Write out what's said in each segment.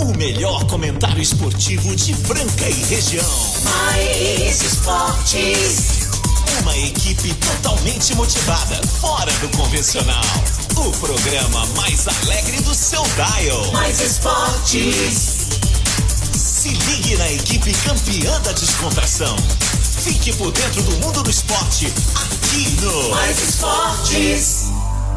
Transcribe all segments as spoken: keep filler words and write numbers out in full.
O melhor comentário esportivo de Franca e região. Mais Esportes. Uma equipe totalmente motivada, fora do convencional. O programa mais alegre do seu dial. Mais Esportes. Se ligue na equipe campeã da descontração. Fique por dentro do mundo do esporte, aqui no Mais Esportes.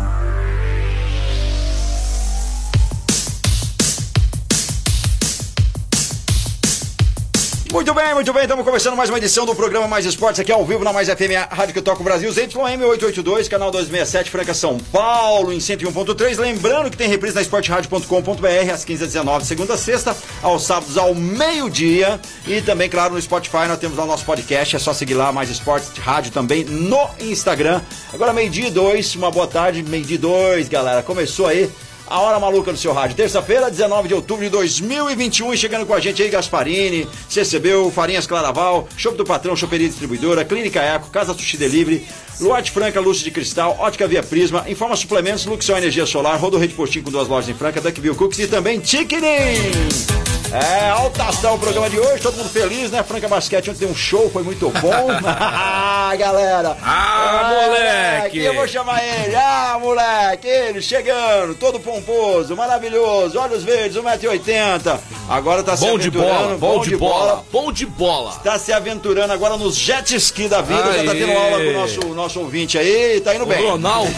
Muito bem, muito bem, estamos começando mais uma edição do programa Mais Esportes, aqui ao vivo na Mais F M, a rádio que toca o Brasil, Z Y M oitocentos e oitenta e dois, canal duzentos e sessenta e sete, Franca, São Paulo, em cento e um ponto três. Lembrando que tem reprise na esporte rádio ponto com ponto b r às quinze às dezenove, segunda a sexta, aos sábados ao meio-dia. E também, claro, no Spotify nós temos lá o nosso podcast, é só seguir lá, Mais Esportes Rádio também no Instagram. Agora meio-dia e dois, uma boa tarde, meio-dia e dois, galera, começou aí a Hora Maluca do seu rádio, terça-feira, dezenove de outubro de dois mil e vinte e um, e chegando com a gente aí, Gasparini, C C B U, Farinhas Claraval, Chopp do Patrão, Choperia Distribuidora, Clínica Eco, Casa Sushi Delivery, Luarte Franca, Lúcio de Cristal, Ótica Via Prisma, Informa Suplementos, Luxão Energia Solar, Rodo Rede Postinho com duas lojas em Franca, Duckville Cookies e também Tiquinim. É, alta astral o programa de hoje, todo mundo feliz, né? Franca Basquete ontem tem um show, foi muito bom. Ah, galera! Ah, ah moleque! Eu vou chamar ele, ah, moleque! Ele chegando, todo pomposo, maravilhoso, olhos verdes, um metro e oitenta. Agora tá se bom de bola, bom, bom de, de bola, bola, bom de bola. Está se aventurando agora nos jet ski da vida, aê. Já tá tendo aula com o nosso, nosso ouvinte aí, tá indo o bem. Ronaldo.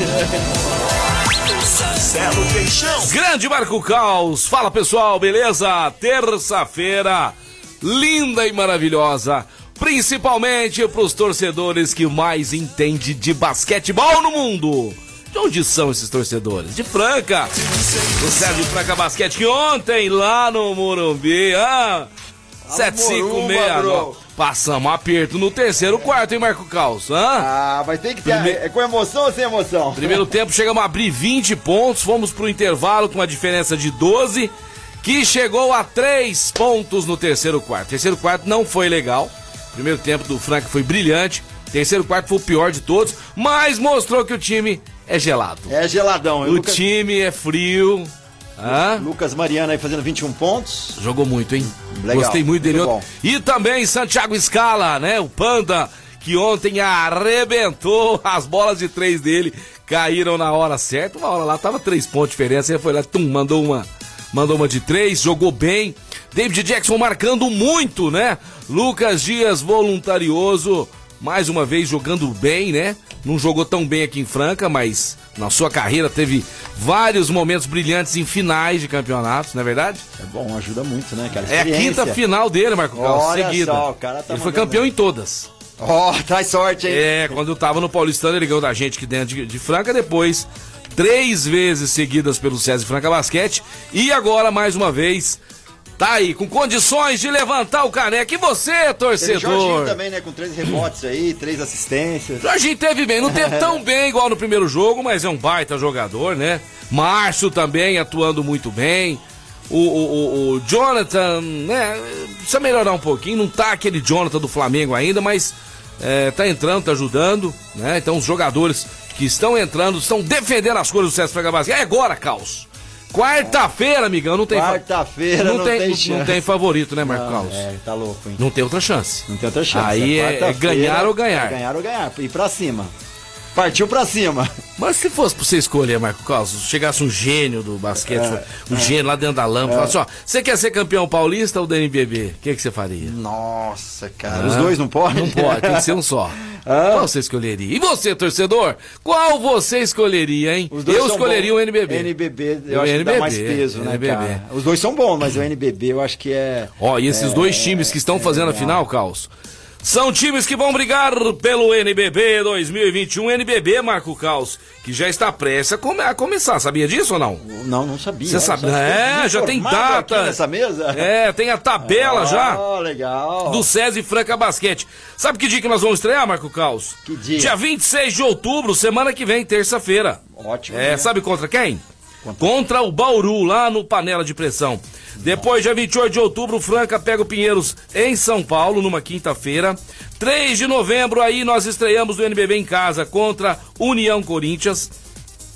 Marcelo Peixão. Grande Marco Caos. Fala, pessoal, beleza? Terça-feira, linda e maravilhosa, principalmente para os torcedores que mais entendem de basquetebol no mundo. De onde são esses torcedores? De Franca. Do Sérgio Franca Basquete, que ontem lá no Morumbi, ah, sete cinco seis, passamos aperto no terceiro quarto, hein, Marco Caos? Ah, vai ter que ter. Prime... É com emoção ou sem emoção? Primeiro tempo, chegamos a abrir vinte pontos, fomos pro intervalo com uma diferença de doze, que chegou a três pontos no terceiro quarto. Terceiro quarto não foi legal. Primeiro tempo do Franca foi brilhante. Terceiro quarto foi o pior de todos, mas mostrou que o time é gelado. É geladão. O Lucas... time é frio. Ah? Lucas Mariano aí fazendo vinte e um pontos. Jogou muito, hein? Legal, gostei muito dele. Muito e também Santiago Scala, né? O Panda, que ontem arrebentou, as bolas de três dele caíram na hora certa. Uma hora lá tava três pontos de diferença, ele foi lá, tum, mandou uma, mandou uma de três, jogou bem. David Jackson marcando muito, né? Lucas Dias voluntarioso, mais uma vez jogando bem, né? Não jogou tão bem aqui em Franca, mas na sua carreira teve vários momentos brilhantes em finais de campeonatos, não é verdade? É bom, ajuda muito, né, cara? É a quinta final dele, Marco Carlos, seguida. Só, o cara tá ele foi campeão muito. Em todas. Ó, oh, traz sorte, hein? É, quando eu tava no Paulistano, ele ganhou da gente aqui dentro de, de Franca, depois três vezes seguidas pelo César Franca Basquete, e agora, mais uma vez, tá aí, com condições de levantar o caneco. E você, torcedor? Teve Jorginho também, né? Com três rebotes aí, três assistências. Jorginho teve bem, não teve tão bem igual no primeiro jogo, mas é um baita jogador, né? Márcio também atuando muito bem. O, o, o, o Jonathan, né? Precisa melhorar um pouquinho, não tá aquele Jonathan do Flamengo ainda, mas é, tá entrando, tá ajudando, né? Então os jogadores que estão entrando, estão defendendo as cores do César Franca Basquete. É agora, Caos. Quarta-feira, amigão, não tem Quarta-feira não, não tem, tem não, chance. Não tem favorito, né, Marco Carlos? É, tá louco, hein? Não tem outra chance. Não tem outra chance. Aí é, é ganhar ou ganhar. É ganhar ou ganhar, ir pra cima. Partiu pra cima. Mas se fosse pra você escolher, Marco Carlos, chegasse um gênio do basquete, é, um é, gênio lá dentro da lâmpada, é. Falasse, ó, você quer ser campeão paulista ou da N B B? O que, que você faria? Nossa, cara, ah, os dois não podem? Não pode, tem que ser um só. Ah. Qual você escolheria? E você, torcedor? Qual você escolheria, hein? Eu escolheria bons. O N B B. N B B, eu, eu acho N B B, que dá mais peso, né, N B B. Cara? Os dois são bons, mas o N B B eu acho que é... Ó, e esses é, dois times que estão é, fazendo é, a final, Caos, são times que vão brigar pelo N B B dois mil e vinte e um. N B B, Marco Caos, que já está prestes a, come- a começar. Sabia disso ou não? Não, não sabia. Você sabe? É, já tem data. Nessa mesa? É, tem a tabela ah, já. Legal. Do César Franca Basquete. Sabe que dia que nós vamos estrear, Marco Caos? Que dia? Dia vinte e seis de outubro, semana que vem, terça-feira. Ótimo. É, dia. Sabe contra quem? Contra... contra o Bauru, lá no Panela de Pressão. Depois, dia vinte e oito de outubro, o Franca pega o Pinheiros em São Paulo, numa quinta-feira. três de novembro, aí nós estreamos o N B B em casa contra União Corinthians.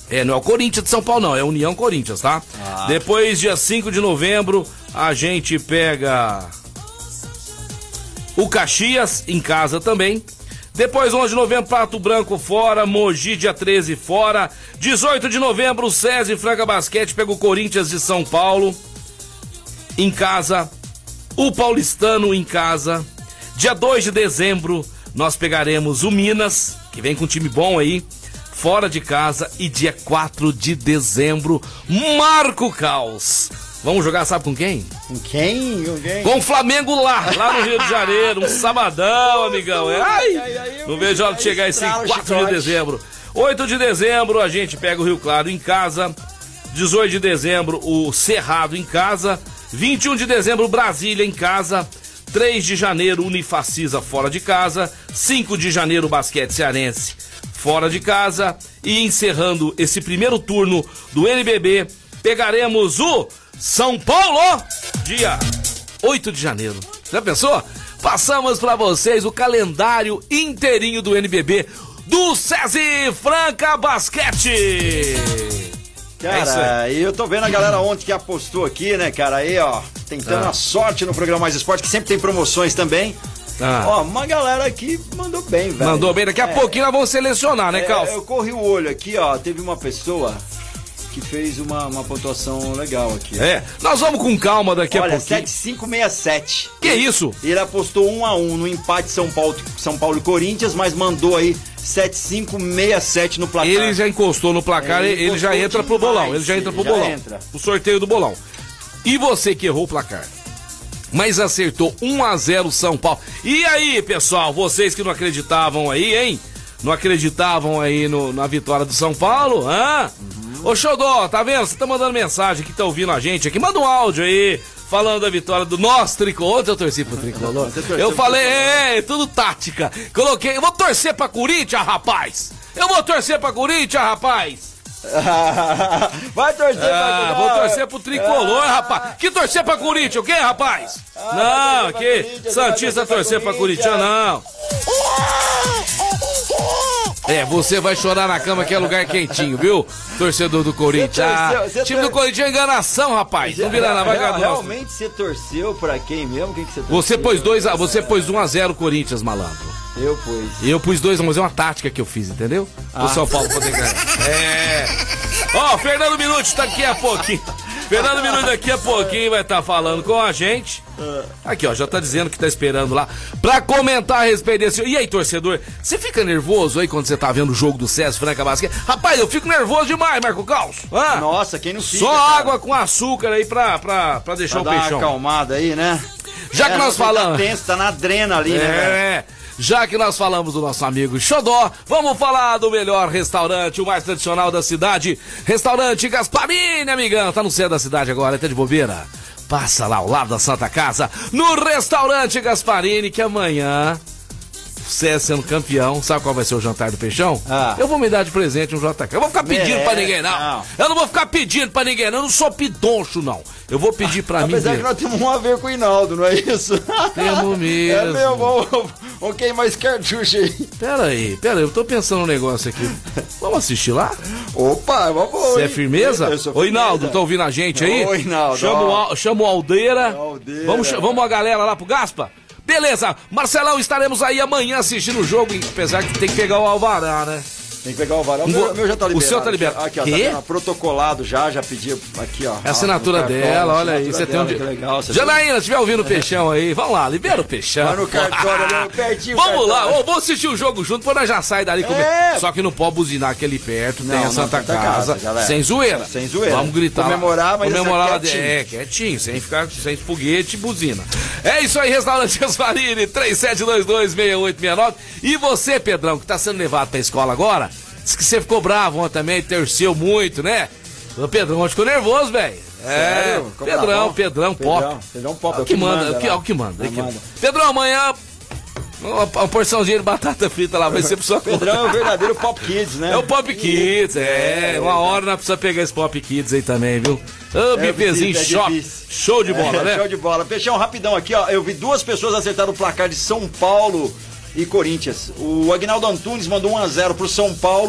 É, não é o Corinthians de São Paulo, não, é União Corinthians, tá? Ah. Depois, dia cinco de novembro, a gente pega o Caxias em casa também. Depois, onze de novembro, Pato Branco fora, Mogi, dia treze, fora. dezoito de novembro, o César e Franca Basquete pega o Corinthians de São Paulo em casa. O Paulistano em casa. Dia dois de dezembro, nós pegaremos o Minas, que vem com um time bom aí, fora de casa. E dia quatro de dezembro, Marco Caos. Vamos jogar, sabe com quem? Com quem? Com quem? Com o Flamengo lá, lá no Rio de Janeiro. Um sabadão, amigão. É, ai, ai, ai, não vejo a hora de chegar esse quatro de dezembro. oito de dezembro, a gente pega o Rio Claro em casa. dezoito de dezembro, o Cerrado em casa. vinte e um de dezembro, Brasília em casa. três de janeiro, Unifacisa fora de casa. cinco de janeiro, Basquete Cearense fora de casa. E encerrando esse primeiro turno do N B B, pegaremos o São Paulo, dia oito de janeiro. Já pensou? Passamos pra vocês o calendário inteirinho do N B B do SESI Franca Basquete. Cara, é eu tô vendo a galera ontem que apostou aqui, né, cara? Aí, ó, tentando ah. a sorte no programa Mais Esporte, que sempre tem promoções também. Ah. Ó, uma galera aqui mandou bem, velho. Mandou bem, daqui a é, pouquinho nós vamos selecionar, né, Calço? É, eu corri o olho aqui, ó, teve uma pessoa que fez uma, uma pontuação legal aqui. É, nós vamos com calma daqui Olha, a pouquinho. sete cinco seis sete. Que isso? Ele apostou um a um no empate São Paulo, São Paulo e Corinthians, mas mandou aí sete cinco seis sete no placar. Ele já encostou no placar, ele, ele já entra pro bolão, ele já entra pro bolão. Entra. O sorteio do bolão. E você que errou o placar, mas acertou um a zero São Paulo. E aí, pessoal, vocês que não acreditavam aí, hein? Não acreditavam aí no, na vitória do São Paulo, hã? Uhum. Ô Xodó, tá vendo? Você tá mandando mensagem que tá ouvindo a gente aqui. Manda um áudio aí, falando da vitória do nosso tricolor. Ontem eu torci pro tricolor. Eu falei, é, tudo tática. Coloquei, eu vou torcer pra Corinthians, rapaz. Eu vou torcer pra Corinthians, rapaz. Vai torcer ah, pra Vou torcer pro tricolor, ah, rapaz. Que torcer pra Corinthians, o quê, rapaz? Ah, não, que Santista torcer pra Corinthians, não. É, você vai chorar na cama que é lugar quentinho, viu? Torcedor do Corinthians. Ah, time do Corinthians é enganação, rapaz. Não vira na vaga nossa. Realmente você torceu pra quem mesmo? Quem que você torceu? Você pôs dois, você pôs um a zero Corinthians, malandro. Eu pus. Eu pus dois a um, mas é uma tática que eu fiz, entendeu? Ah. O São Paulo poder ganhar. É. Ó, Fernando Minuti tá daqui a pouquinho. Fernando Minuti daqui a pouquinho vai estar tá falando com a gente. Aqui, ó, já tá dizendo que tá esperando lá pra comentar a respeito desse. E aí, torcedor, você fica nervoso aí quando você tá vendo o jogo do SESI Franca Basquete? Rapaz, eu fico nervoso demais, Marco Caos. Ah, nossa, quem não fica? Só cara. Água com açúcar aí pra, pra, pra deixar pra o peixão. Dar uma acalmada aí, né? Já é, que nós falamos. Tá tenso, tá na drena ali, é, né? É. Já que nós falamos do nosso amigo Xodó, vamos falar do melhor restaurante, o mais tradicional da cidade. Restaurante Gasparini, amigão. Tá no centro da cidade agora, tá de bobeira? Passa lá ao lado da Santa Casa, no Restaurante Gasparini, que amanhã, você sendo campeão, sabe qual vai ser o jantar do Peixão? Ah. Eu vou me dar de presente um J K. Eu vou ficar pedindo é, pra ninguém, não. não. Eu não vou ficar pedindo pra ninguém, não. Eu não sou pidoncho, não. Eu vou pedir pra ah, mim Apesar mesmo. Que nós temos um a ver com o Hinaldo, não é isso? Temos mesmo. É mesmo, vamos, vamos queimar esse cartucho aí. Pera aí, pera aí, eu tô pensando um negócio aqui. Vamos assistir lá? Opa, vamos. Você é firmeza? Ô, Hinaldo, tá ouvindo a gente aí? Ô, Hinaldo. Chama o, chama o Aldeira. Aldeira. Vamos, vamos a galera lá pro Gaspa? Beleza, Marcelão, estaremos aí amanhã assistindo o jogo, apesar que tem que pegar o Alvará, né? Tem que pegar o Alvará. O meu, meu já tá liberado. O seu tá liberado. Aqui, ó, tá vendo? Protocolado já, já pedi aqui, ó. É a assinatura ó, dela, olha aí. Você tem um dia. Janaína, se estiver ouvindo o Peixão aí, vamos lá, libera o Peixão. Vai no cartório ali, pertinho. Vamos lá, ô, vamos assistir o jogo junto, quando nós já sai dali. É. Só que não pode buzinar aquele perto, não, tem a Santa, Santa Casa, casa sem zoeira. Sem zoeira. Vamos gritar. Comemorar, mas comemorar quietinho. É, quietinho, sem ficar sem foguete e buzina. É isso aí, Restaurante Gasparini, três sete dois dois, seis oito seis nove. E você, Pedrão, que tá sendo levado pra escola agora, diz que você ficou bravo ontem também, torceu muito, né? O Pedrão ficou nervoso, velho. É, Pedrão, Pedrão, Pop. Pedrão, Pedrão Pop. É o que manda, é o que manda. Pedrão, amanhã, uma, uma porçãozinha de batata frita lá vai ser pro sua conta. Pedrão é o verdadeiro Pop Kids, né? É o Pop Kids, é. é uma hora nós precisamos pegar esse Pop Kids aí também, viu? Ô, é, bifezinho, é show, show de bola, é, né? Show de bola. Peixão, rapidão aqui, ó. Eu vi duas pessoas acertar o placar de São Paulo e Corinthians. O Aguinaldo Antunes mandou um a zero pro São Paulo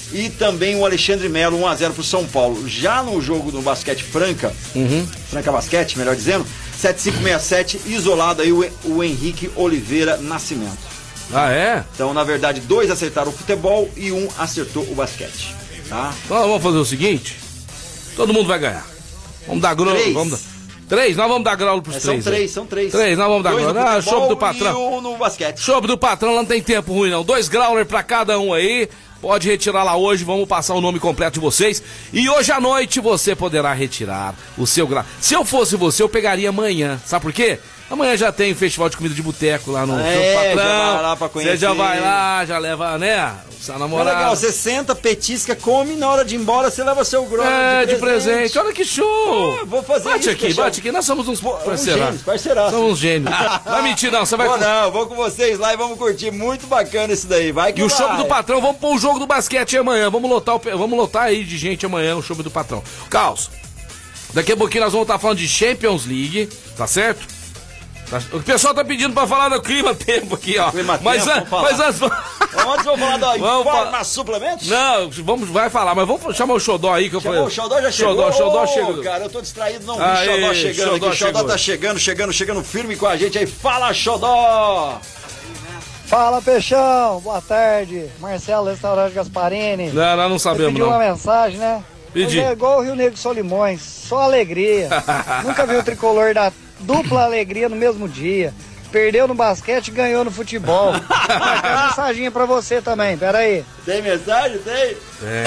e também o Alexandre Melo, um a zero pro São Paulo. Já no jogo do basquete Franca, uhum. Franca Basquete, melhor dizendo, sete cinco seis sete, isolado aí o, o Henrique Oliveira Nascimento. Ah, é? Então, na verdade, dois acertaram o futebol e um acertou o basquete. Tá? Então, vamos fazer o seguinte: todo mundo vai ganhar. Vamos dar grau. Vamos dar... Três, nós vamos dar grau pros é, três. São três, aí. são três. Três, nós vamos dar grau. Ah, chope do patrão. E um no basquete. Chope do patrão, não tem tempo ruim, não. Dois grauler pra cada um aí. Pode retirar lá hoje, vamos passar o nome completo de vocês. E hoje à noite você poderá retirar o seu grau. Se eu fosse você, eu pegaria amanhã. Sabe por quê? Amanhã já tem festival de comida de boteco lá no é, seu patrão. Já vai lá pra conhecer. Você já vai lá, já leva, né? Sua namorada. É legal, você senta, petisca, come, na hora de ir embora você leva seu grau é, de, de presente. presente. Olha que show! Ah, vou fazer bate isso. Aqui, bate aqui, nós somos uns parceiraços. Parceiraços. Somos uns gênios. Não é mentira, não. Você vai vou com... não, vou com vocês lá e vamos curtir. Muito bacana isso daí. Vai que E o vai. show do patrão, vamos pôr o jogo do basquete amanhã. Vamos lotar, o... vamos lotar aí de gente amanhã no show do patrão. Caos. Daqui a pouquinho nós vamos estar falando de Champions League, tá certo? O pessoal tá pedindo pra falar do clima tempo aqui, ó. Clima mas, tempo, an... mas antes. Antes vamos falar da Informa falar... Suplementos? Não, vamos, vai falar, mas vamos chamar o Xodó aí que eu Chamou falei. O Xodó já chegou. Xodó, Xodó oh, chegou. Cara, eu tô distraído, não vi Aê, Xodó chegando Xodó aqui. Xodó chegou. tá chegando, chegando, chegando firme com a gente aí. Fala, Xodó! Fala, Peixão, boa tarde. Marcelo, restaurante Gasparini. Não, nós não sabemos, pediu não. uma mensagem, né? Pedi. É igual o Rio Negro Solimões, só alegria. Nunca vi o tricolor dar dupla alegria no mesmo dia. Perdeu no basquete e ganhou no futebol. Tem uma mensaginha pra você também, pera aí. Tem mensagem? Tem? É.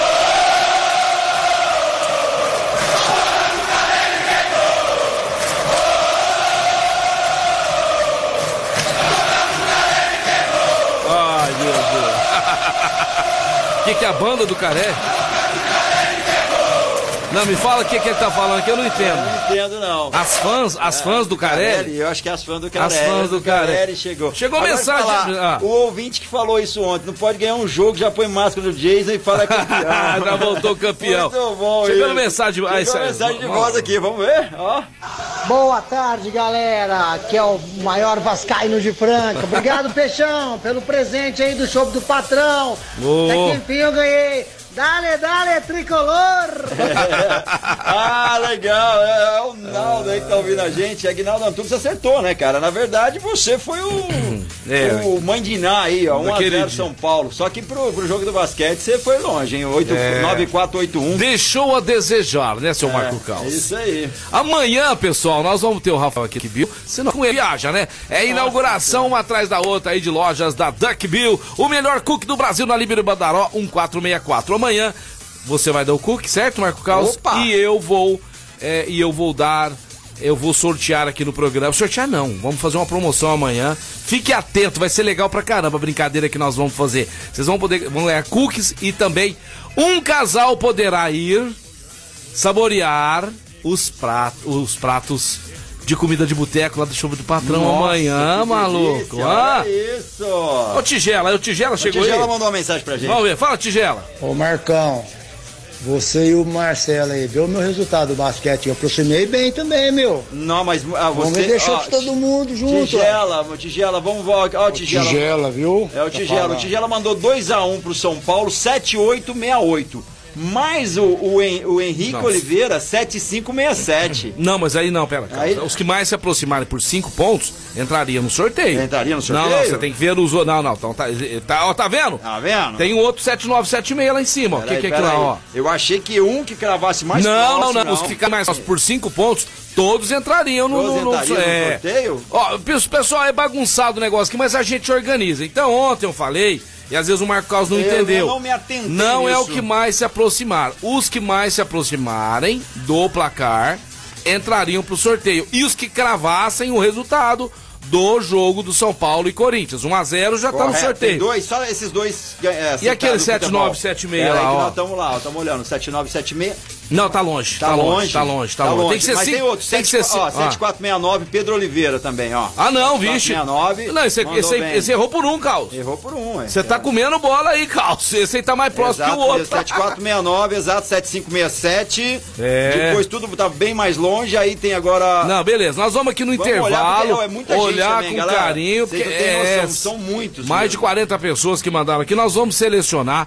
Ai, meu Deus. O que, que é a banda do Caré? Não, me fala o que, que ele tá falando que eu não entendo. Eu não entendo, não. As fãs, as é, fãs do Carelli? Eu acho que as fãs do Carelli. As fãs do Carelli chegou. Chegou Agora, mensagem. Falar, ah. O ouvinte que falou isso ontem, não pode ganhar um jogo, já põe máscara do Jason e fala campeão. Já voltou campeão. Muito bom. Chegando mensagem, ah, Chegou mensagem de voz aqui, vamos ver? Ó. Boa tarde, galera. Aqui é o maior vascaíno de Franca. Obrigado, Peixão, pelo presente aí do show do patrão. Oh. Até que enfim eu ganhei. Dale, dale, tricolor! Ah, legal, é, é o Naldo aí que tá ouvindo a gente, Aguinaldo Antunes acertou, né, cara? Na verdade, você foi o, é, o mãe de Iná aí, ó, um a zero São Paulo. Só que pro, pro jogo do basquete você foi longe, hein? nove quatro oito um. Deixou a desejar, né, seu é, Marco Caos? É isso aí. Amanhã, pessoal, nós vamos ter o Rafael aqui, Bill, senão com ele viaja, né? É inauguração uma atrás da outra aí de lojas da Duck Bill, o melhor cookie do Brasil na Líbero Badaró, um quatro seis quatro. Amanhã você vai dar o cookie, certo, Marco Caos? Opa! E eu vou, é, e eu vou dar, eu vou sortear aqui no programa. Sortear não, vamos fazer uma promoção amanhã. Fique atento, vai ser legal pra caramba a brincadeira que nós vamos fazer. Vocês vão poder, vão ganhar cookies e também um casal poderá ir saborear os pratos, os pratos de comida de boteco lá do show do patrão. Nossa, amanhã, maluco. Ah, isso. Ô Tigela, o Tigela chegou aí. O Tigela mandou uma mensagem pra gente. Vamos ver, fala Tigela. Ô Marcão, você e o Marcelo aí, viu o meu resultado do basquete? Eu aproximei bem também, meu. Não, mas ah, você... Vamos deixar ó, todo mundo junto. Tigela, ó. Tigela, vamos ver. Ó, Tigela. Tigela, viu? É o Tigela. Tá o Tigela mandou dois a um pro São Paulo, sete oito seis oito. Mais o, o, o Henrique Nossa. Oliveira, sete cinco seis sete. Não, mas aí não, pera. Aí... Os que mais se aproximarem por cinco pontos, entrariam no sorteio. Entraria no sorteio? Não, não, você tem que ver os... Não, não, então tá, tá, ó, tá vendo? Tá vendo? Tem um outro sete nove sete seis lá em cima, ó. O que, que é aquilo lá, ó? Eu achei que um que cravasse mais não, próximo... Não, não, não, os que ficarem mais próximos por cinco pontos, todos entrariam no, todos no, no, entrariam é... no sorteio? Ó, pessoal, é bagunçado o negócio aqui, mas a gente organiza. Então, ontem eu falei... E às vezes o Marco Carlos não eu, entendeu. Eu não me atentei Não nisso. É o que mais se aproximar. Os que mais se aproximarem do placar entrariam pro sorteio. E os que cravassem o resultado do jogo do São Paulo e Corinthians. um a zero já Correto. Tá no sorteio. Tem dois, só esses dois. É, e aquele sete nove sete seis é, lá, ó. Nós estamos lá, estamos olhando. sete nove sete seis. Não, tá longe. Tá, tá longe, longe, tá longe, tá, tá longe. longe. Tem que ser Mas cinco, tem outro, tem que ser ó, sete quatro seis nove, Pedro Oliveira também, ó. Ah, não, vixe. sete quatro seis nove. Não, esse, esse, esse errou por um, Caos. Errou por um, Você é. tá comendo bola aí, Caos. Esse aí tá mais próximo exato, que o outro. sete quatro seis nove, exato, sete cinco seis sete. É. Depois tudo tá bem mais longe, aí tem agora... Não, beleza, nós vamos aqui no vamos intervalo, olhar, porque, ó, é olhar também, com galera, carinho, porque é, noção, são muitos. Mais mesmo. de quarenta pessoas que mandaram aqui, nós vamos selecionar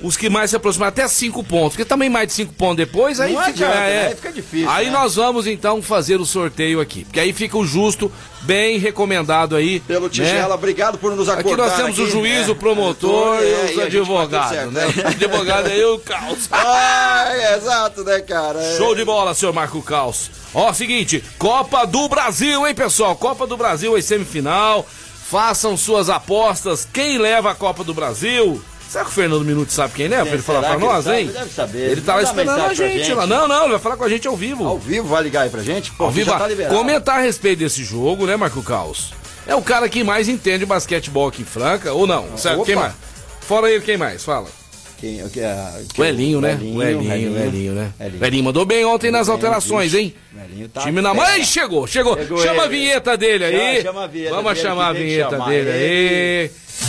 os que mais se aproximam, até cinco pontos, porque também mais de cinco pontos depois, aí, não fica, adianta, é, né? Aí fica difícil. Aí né? nós vamos então fazer o sorteio aqui, porque aí fica o justo, bem recomendado aí. Pelo Tigela, né? Obrigado por nos acordar. Aqui nós temos aqui, o juiz, né? o promotor é, e os e advogados, né? O advogado é eu, Caos. Ah, é, exato, né, cara? É. Show de bola, senhor Marco Caos. Ó, seguinte, Copa do Brasil, hein, pessoal? Copa do Brasil, aí semifinal. Façam suas apostas. Quem leva a Copa do Brasil? Será que o Fernando Minuto sabe quem leva? Pra ele falar pra nós, sabe? hein? Deve saber. Ele tá lá esperando a gente, gente lá. Não, não, ele vai falar com a gente ao vivo. Ao vivo, vai ligar aí pra gente? Pô, ao vivo, já tá liberado. Comentar a respeito desse jogo, né, Marco Caos? É o cara que mais entende basquetebol aqui em Franca, ou não? Certo? Quem mais? Fora ele, quem mais? Fala. Quem, quem, uh, o Elinho, né? Elinho, o Elinho, Elinho, o Elinho, né? Elinho. O Elinho mandou bem ontem nas alterações, hein? Tá time na mãe, chegou, chegou. chegou chama ele. a vinheta dele aí. Chama, chama a vinheta Vamos dele, chamar a vinheta dele aí.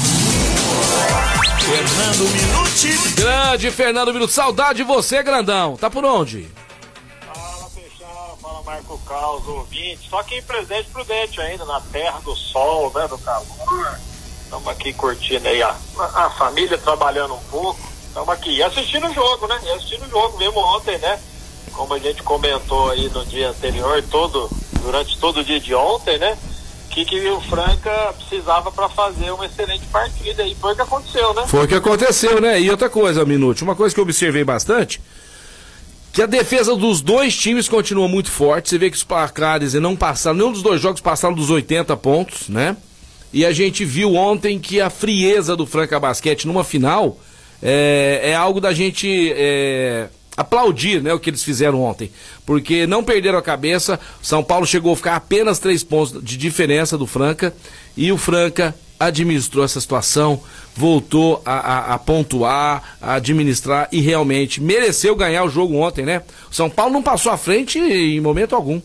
Fernando Minuti. Grande Fernando Minuti. Saudade de você, grandão. Tá por onde? Fala, Peixão. Fala, Marco Caos, ouvinte. Só aqui em Presidente Prudente ainda, na terra do sol, né, do calor. Estamos aqui curtindo aí a, a família, trabalhando um pouco. Estamos aqui e assistindo o jogo, né? E assistindo o jogo mesmo ontem, né? Como a gente comentou aí no dia anterior, todo, durante todo o dia de ontem, né? Que, que o Franca precisava para fazer uma excelente partida e foi o que aconteceu, né? Foi o que aconteceu, né? E outra coisa, Minuto, uma coisa que eu observei bastante, que a defesa dos dois times continua muito forte. Você vê que os placares não passaram, nenhum dos dois jogos passaram dos oitenta pontos, né? E a gente viu ontem que a frieza do Franca Basquete numa final é, é algo da gente é, aplaudir, né, o que eles fizeram ontem. Porque não perderam a cabeça, São Paulo chegou a ficar apenas três pontos de diferença do Franca e o Franca administrou essa situação, voltou a, a, a pontuar, a administrar e realmente mereceu ganhar o jogo ontem, né? O São Paulo não passou à frente em momento algum.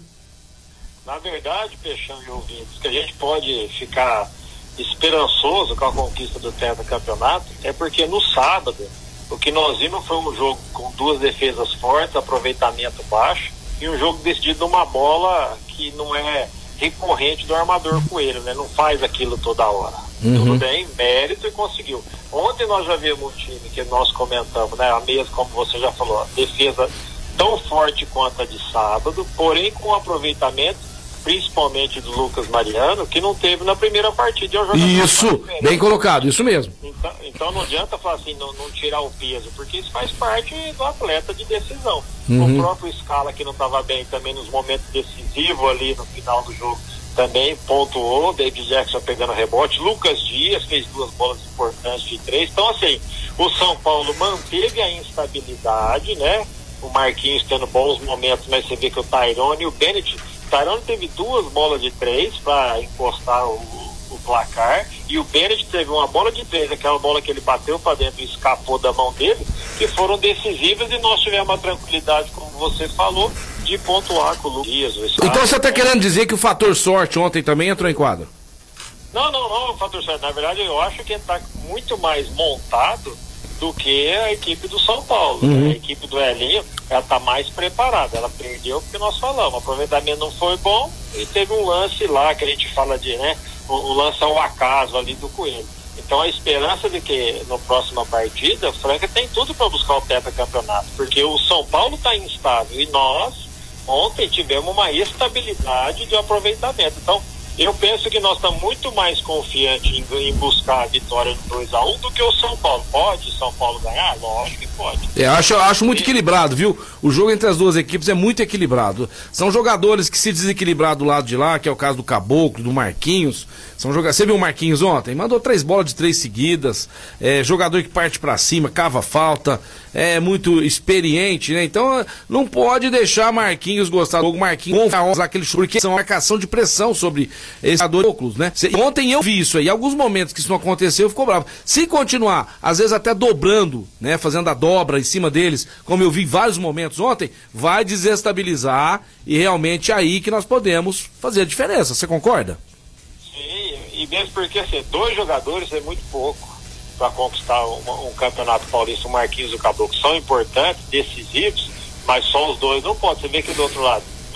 Na verdade, Peixão e ouvintes, que a gente pode ficar esperançoso com a conquista do tetracampeonato é porque no sábado o que nós vimos foi um jogo com duas defesas fortes, aproveitamento baixo e um jogo decidido numa bola que não é recorrente do armador Coelho, né? Não faz aquilo toda hora. Uhum. Tudo bem, mérito e conseguiu. Ontem nós já vimos um time que nós comentamos, né? A mesma, como você já falou, defesa tão forte quanto a de sábado, porém com aproveitamento principalmente do Lucas Mariano, que não teve na primeira partida. É um isso, bem colocado, isso mesmo. Então, então não adianta falar assim, não, não tirar o peso, porque isso faz parte do atleta de decisão. Uhum. O próprio Scala, que não estava bem também nos momentos decisivos ali no final do jogo, também pontuou, David Jackson pegando rebote, Lucas Dias fez duas bolas importantes de três. Então assim, o São Paulo manteve a instabilidade, né? O Marquinhos tendo bons momentos, mas você vê que o Tyrone e o Bennett, o Tyrone teve duas bolas de três para encostar o, o placar, e o Bennett teve uma bola de três, aquela bola que ele bateu para dentro e escapou da mão dele, que foram decisivas, e nós tivemos a tranquilidade, como você falou, de pontuar com o Lucas Dias. Então você está querendo dizer que o fator sorte ontem também entrou em quadro? Não, não, não, o fator sorte. Na verdade, eu acho que ele está muito mais montado do que a equipe do São Paulo. Uhum. Né? A equipe do Elinho, ela tá mais preparada, ela perdeu porque nós falamos, o aproveitamento não foi bom e teve um lance lá que a gente fala de, né, o, o lance ao acaso ali do Coelho. Então a esperança de que na próxima partida, Franca tem tudo para buscar o tetracampeonato, porque o São Paulo tá instável e nós ontem tivemos uma estabilidade de aproveitamento. Então eu penso que nós estamos muito mais confiantes em, em buscar a vitória no dois a um do que o São Paulo. Pode São Paulo ganhar? Lógico que pode. É, acho, acho muito equilibrado, viu? O jogo entre as duas equipes é muito equilibrado. São jogadores que se desequilibrar do lado de lá, que é o caso do Caboclo, do Marquinhos. São jogadores... Você viu o Marquinhos ontem? Mandou três bolas de três seguidas. É, jogador que parte pra cima, cava falta. É muito experiente, né? Então não pode deixar Marquinhos gostar do jogo. Marquinhos usar aquele chute, porque são marcação de pressão sobre esse jogador, né? Ontem eu vi isso aí. Em alguns momentos que isso não aconteceu, ficou bravo. Se continuar, às vezes até dobrando, né? Fazendo a dobra em cima deles, como eu vi em vários momentos ontem, vai desestabilizar e realmente é aí que nós podemos fazer a diferença. Você concorda? Sim, e mesmo porque assim, dois jogadores é muito pouco para conquistar um, um campeonato paulista. O Marquinhos e o Caboclo são importantes, decisivos, mas só os dois não pode. Você vê que do outro lado,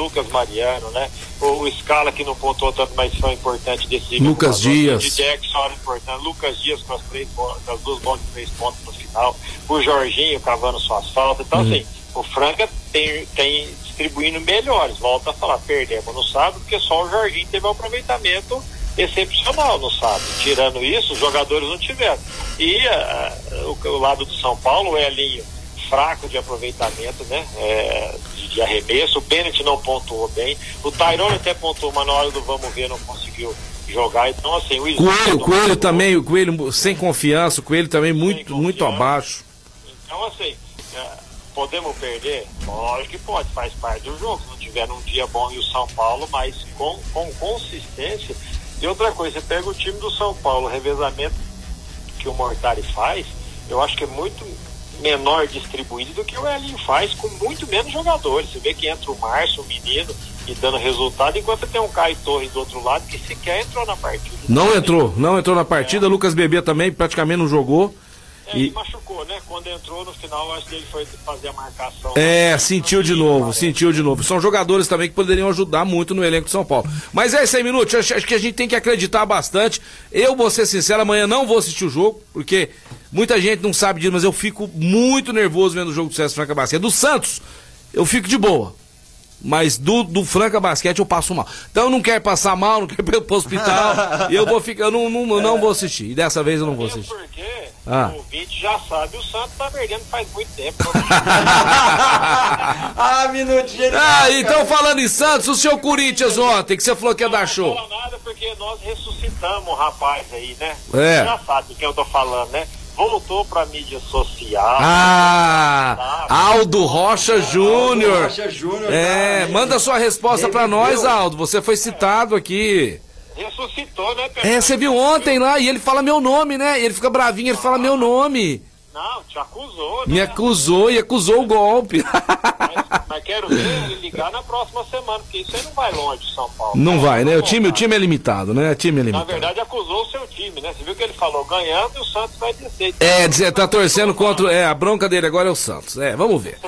Lucas Mariano, né? O, o Scala que não pontuou tanto, mas foi importante desse Lucas Dias. De Jackson era importante. Lucas Dias com as, três, com as duas bolas de três pontos no final. O Jorginho cavando suas faltas. Então, uhum. assim, o Franca tem, tem distribuindo melhores. Volta a falar, perdemos no sábado, porque só o Jorginho teve um aproveitamento excepcional no sábado. Tirando isso, os jogadores não tiveram. E uh, o, o lado do São Paulo, o Elinho, fraco de aproveitamento, né? É, de, de arremesso. O Bennett não pontuou bem. O Tyrone até pontuou, mas na hora do vamos ver não conseguiu jogar. Então, assim, o Coelho, Coelho também, o Coelho sem confiança, o Coelho também muito, muito abaixo. Então, assim, é, podemos perder? Lógico que pode, faz parte do jogo. Se não tiver um dia bom e o São Paulo, mas com, com consistência. E outra coisa, você pega o time do São Paulo, o revezamento que o Mortari faz, eu acho que é muito menor distribuído do que o Elinho faz, com muito menos jogadores. Você vê que entra o Márcio, o menino, e dando resultado, enquanto tem um Caio Torres do outro lado que sequer entrou na partida. Não entrou, não entrou na partida. É. Lucas Bebê também praticamente não jogou. É, e... ele machucou, né? Quando entrou no final, eu acho que ele foi fazer a marcação. É, sentiu de novo, sentiu de novo. São jogadores também que poderiam ajudar muito no elenco de São Paulo. Mas é isso aí, Minuto. Acho, acho que a gente tem que acreditar bastante. Eu vou ser sincero, amanhã não vou assistir o jogo, porque muita gente não sabe disso, mas eu fico muito nervoso vendo o jogo do César Franca Basquete. Do Santos, eu fico de boa. Mas do, do Franca Basquete eu passo mal. Então eu não quero passar mal, não quero ir pro hospital. E eu vou ficar, eu não, não, não vou assistir. E dessa vez eu não vou assistir. Porque ah. o ouvinte já sabe, o Santos tá perdendo faz muito tempo. ah, minutinho. Ah, então falando em Santos, o seu Corinthians ontem, que você falou que ia dar show. Não fala nada porque nós ressuscitamos o rapaz aí, né? É. Você já sabe de quem eu tô falando, né? Voltou pra mídia social. Ah, Aldo Rocha Júnior. Rocha Júnior. É, manda sua resposta pra nós, Aldo. Você foi citado aqui. Ressuscitou, né, Pedro? É, você viu ontem lá e ele fala meu nome, né? Ele fica bravinho, ele fala meu nome. Não, te acusou, né? Me acusou e acusou o golpe. Mas, mas quero ver ele ligar na próxima semana, porque isso aí não vai longe de São Paulo. Não vai, né? O time, o time é limitado, né? O time é limitado. Na verdade, acusou o seu time, né? Você viu que ele falou ganhando e o Santos vai descer. É, dizer, tá torcendo contra. É, a bronca dele agora é o Santos. É, vamos ver.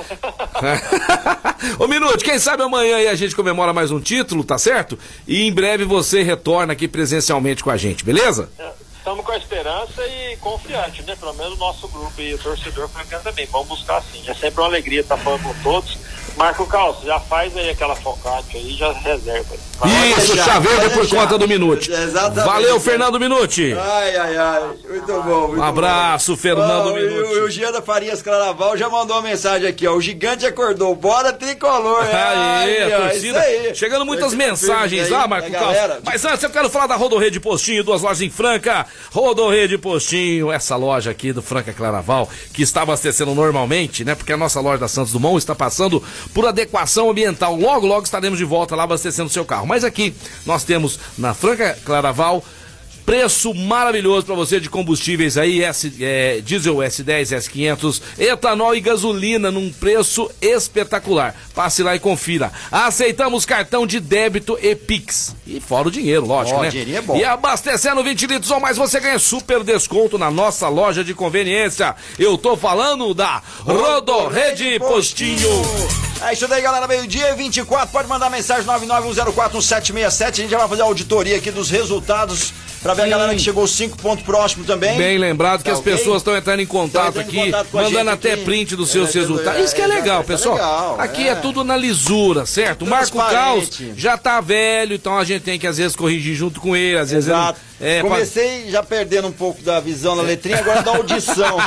Ô Minuto, quem sabe amanhã aí a gente comemora mais um título, tá certo? E em breve você retorna aqui presencialmente com a gente, beleza? É. Estamos com a esperança e confiante, né? Pelo menos o nosso grupo e o torcedor franca também. Vamos buscar sim. É sempre uma alegria estar falando com todos. Marco Calço, já faz aí aquela focaccia aí, já reserva. Vai Isso, chaveiro por deixar. Conta do Minuti. Exatamente. Valeu, Fernando Minuti. Ai, ai, ai. Muito bom, muito Um abraço, bom. Fernando oh, Minuti. E o, o Jean da Farias Claraval já mandou uma mensagem aqui, ó. O gigante acordou. Bora tricolor. Aí, ai, a torcida. Aí. Chegando muitas eu mensagens lá, Marco Calço. Mas antes eu quero falar da Rodorrede Postinho, duas lojas em Franca. Rodorrede Postinho, essa loja aqui do Franca Claraval, que está abastecendo normalmente, né? Porque a nossa loja da Santos Dumont está passando por adequação ambiental. Logo, logo estaremos de volta lá abastecendo o seu carro. Mas aqui nós temos na Franca Claraval preço maravilhoso para você de combustíveis aí, S, é, diesel S dez, S quinhentos, etanol e gasolina num preço espetacular. Passe lá e confira. Aceitamos cartão de débito e Pix. E fora o dinheiro, lógico, oh, né? Dinheiro é bom. E abastecendo vinte litros ou mais, você ganha super desconto na nossa loja de conveniência. Eu tô falando da Rodorrede Postinho. É isso daí, galera. Meio-dia e vinte e quatro. Pode mandar mensagem nove nove um zero quatro um sete seis sete. A gente já vai fazer a auditoria aqui dos resultados pra ver Sim. a galera que chegou cinco pontos próximo também. Bem lembrado que tá as okay? pessoas estão entrando em contato entrando aqui, em contato mandando até aqui. print dos seus é, resultados. Isso que é legal, é, pessoal. É legal, aqui é. é tudo na lisura, certo? O Marco Caos já tá velho, então a gente tem que às vezes corrigir junto com ele, às vezes Exato. Ele, é, Comecei pra... já perdendo um pouco da visão na letrinha, agora da audição.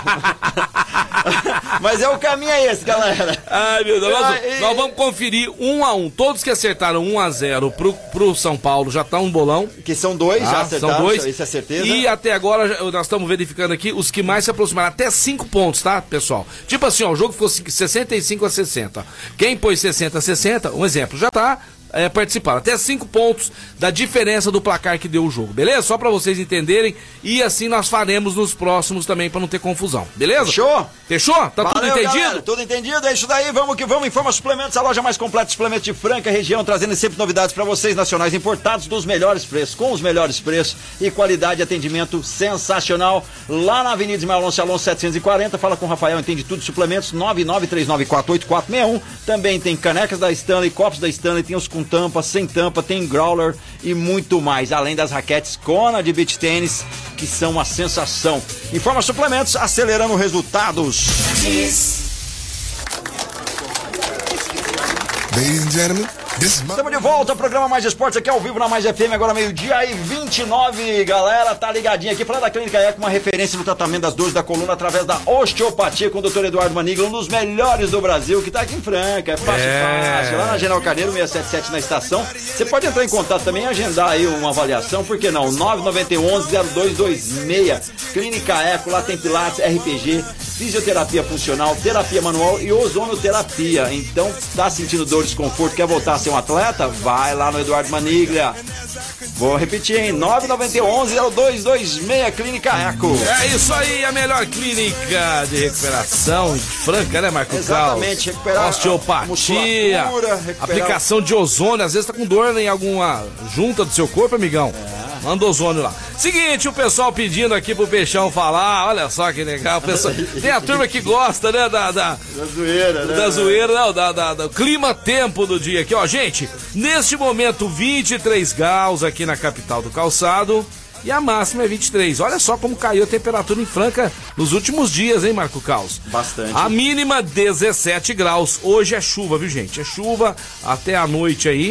Mas é o caminho é esse, galera. Ai, meu Deus. Nós, e... nós vamos conferir um a um. Todos que acertaram um a zero pro, pro São Paulo já tá um bolão. Que são dois, ah, já acertaram. São dois. Isso é certeza. E até agora nós estamos verificando aqui os que mais se aproximaram. Até cinco pontos, tá, pessoal? Tipo assim, ó, o jogo ficou sessenta e cinco a sessenta. Quem pôs sessenta a sessenta, um exemplo, já tá É, participaram. Até cinco pontos da diferença do placar que deu o jogo, beleza? Só pra vocês entenderem. E assim nós faremos nos próximos também, pra não ter confusão, beleza? Fechou? Fechou? Tá Valeu, tudo entendido? Galera, tudo entendido, é isso daí, vamos que vamos. Informa Suplementos, a loja mais completa de suplementos de Franca região, trazendo sempre novidades pra vocês, nacionais importados dos melhores preços, com os melhores preços e qualidade de atendimento sensacional. Lá na Avenida Ismael Alonso Alonso setecentos e quarenta, fala com o Rafael, entende tudo de suplementos, nove nove três nove quatro oito quatro seis um. Também tem canecas da Stanley, copos da Stanley, tem os com tampa, sem tampa, tem growler e muito mais, além das raquetes Kona de beach tênis, que são uma sensação. Informa Suplementos, acelerando resultados. Ladies and gentlemen, this is my... Estamos de volta ao programa Mais Esportes aqui ao vivo na Mais F M, agora meio-dia e vinte e nove, galera, tá ligadinho aqui, falando da Clínica Eco, uma referência no tratamento das dores da coluna através da osteopatia com o doutor Eduardo Manigla, um dos melhores do Brasil, que tá aqui em Franca, é fácil, É. fácil, lá na General Carneiro, seiscentos e setenta e sete na estação. Você pode entrar em contato também e agendar aí uma avaliação, por que não? nove nove um zero dois dois seis, Clínica Eco, lá tem pilates, R P G, fisioterapia funcional, terapia manual e ozonoterapia. Então, tá sentindo dor, desconforto, quer voltar a ser um atleta? Vai lá no Eduardo Maniglia. Vou repetir, hein? nove nove um zero dois dois seis, Clínica Eco. É isso aí, a melhor clínica de recuperação de Franca, né, Marco Carlos? Exatamente, recuperar osteopatia, musculatura, recuperar- aplicação de ozônio, às vezes tá com dor em alguma junta do seu corpo, amigão. Manda ozônio lá. Seguinte, o pessoal pedindo aqui pro Peixão falar, olha só que legal. O pessoal, tem a turma que gosta, né, da... da Da zoeira, né? Da zoeira, não, da, da, da clima-tempo do dia aqui, ó. Gente, neste momento, vinte e três graus aqui na capital do calçado e a máxima é vinte e três. Olha só como caiu a temperatura em Franca nos últimos dias, hein, Marco Caos? Bastante. A mínima, dezessete graus. Hoje é chuva, viu, gente? É chuva até a noite aí.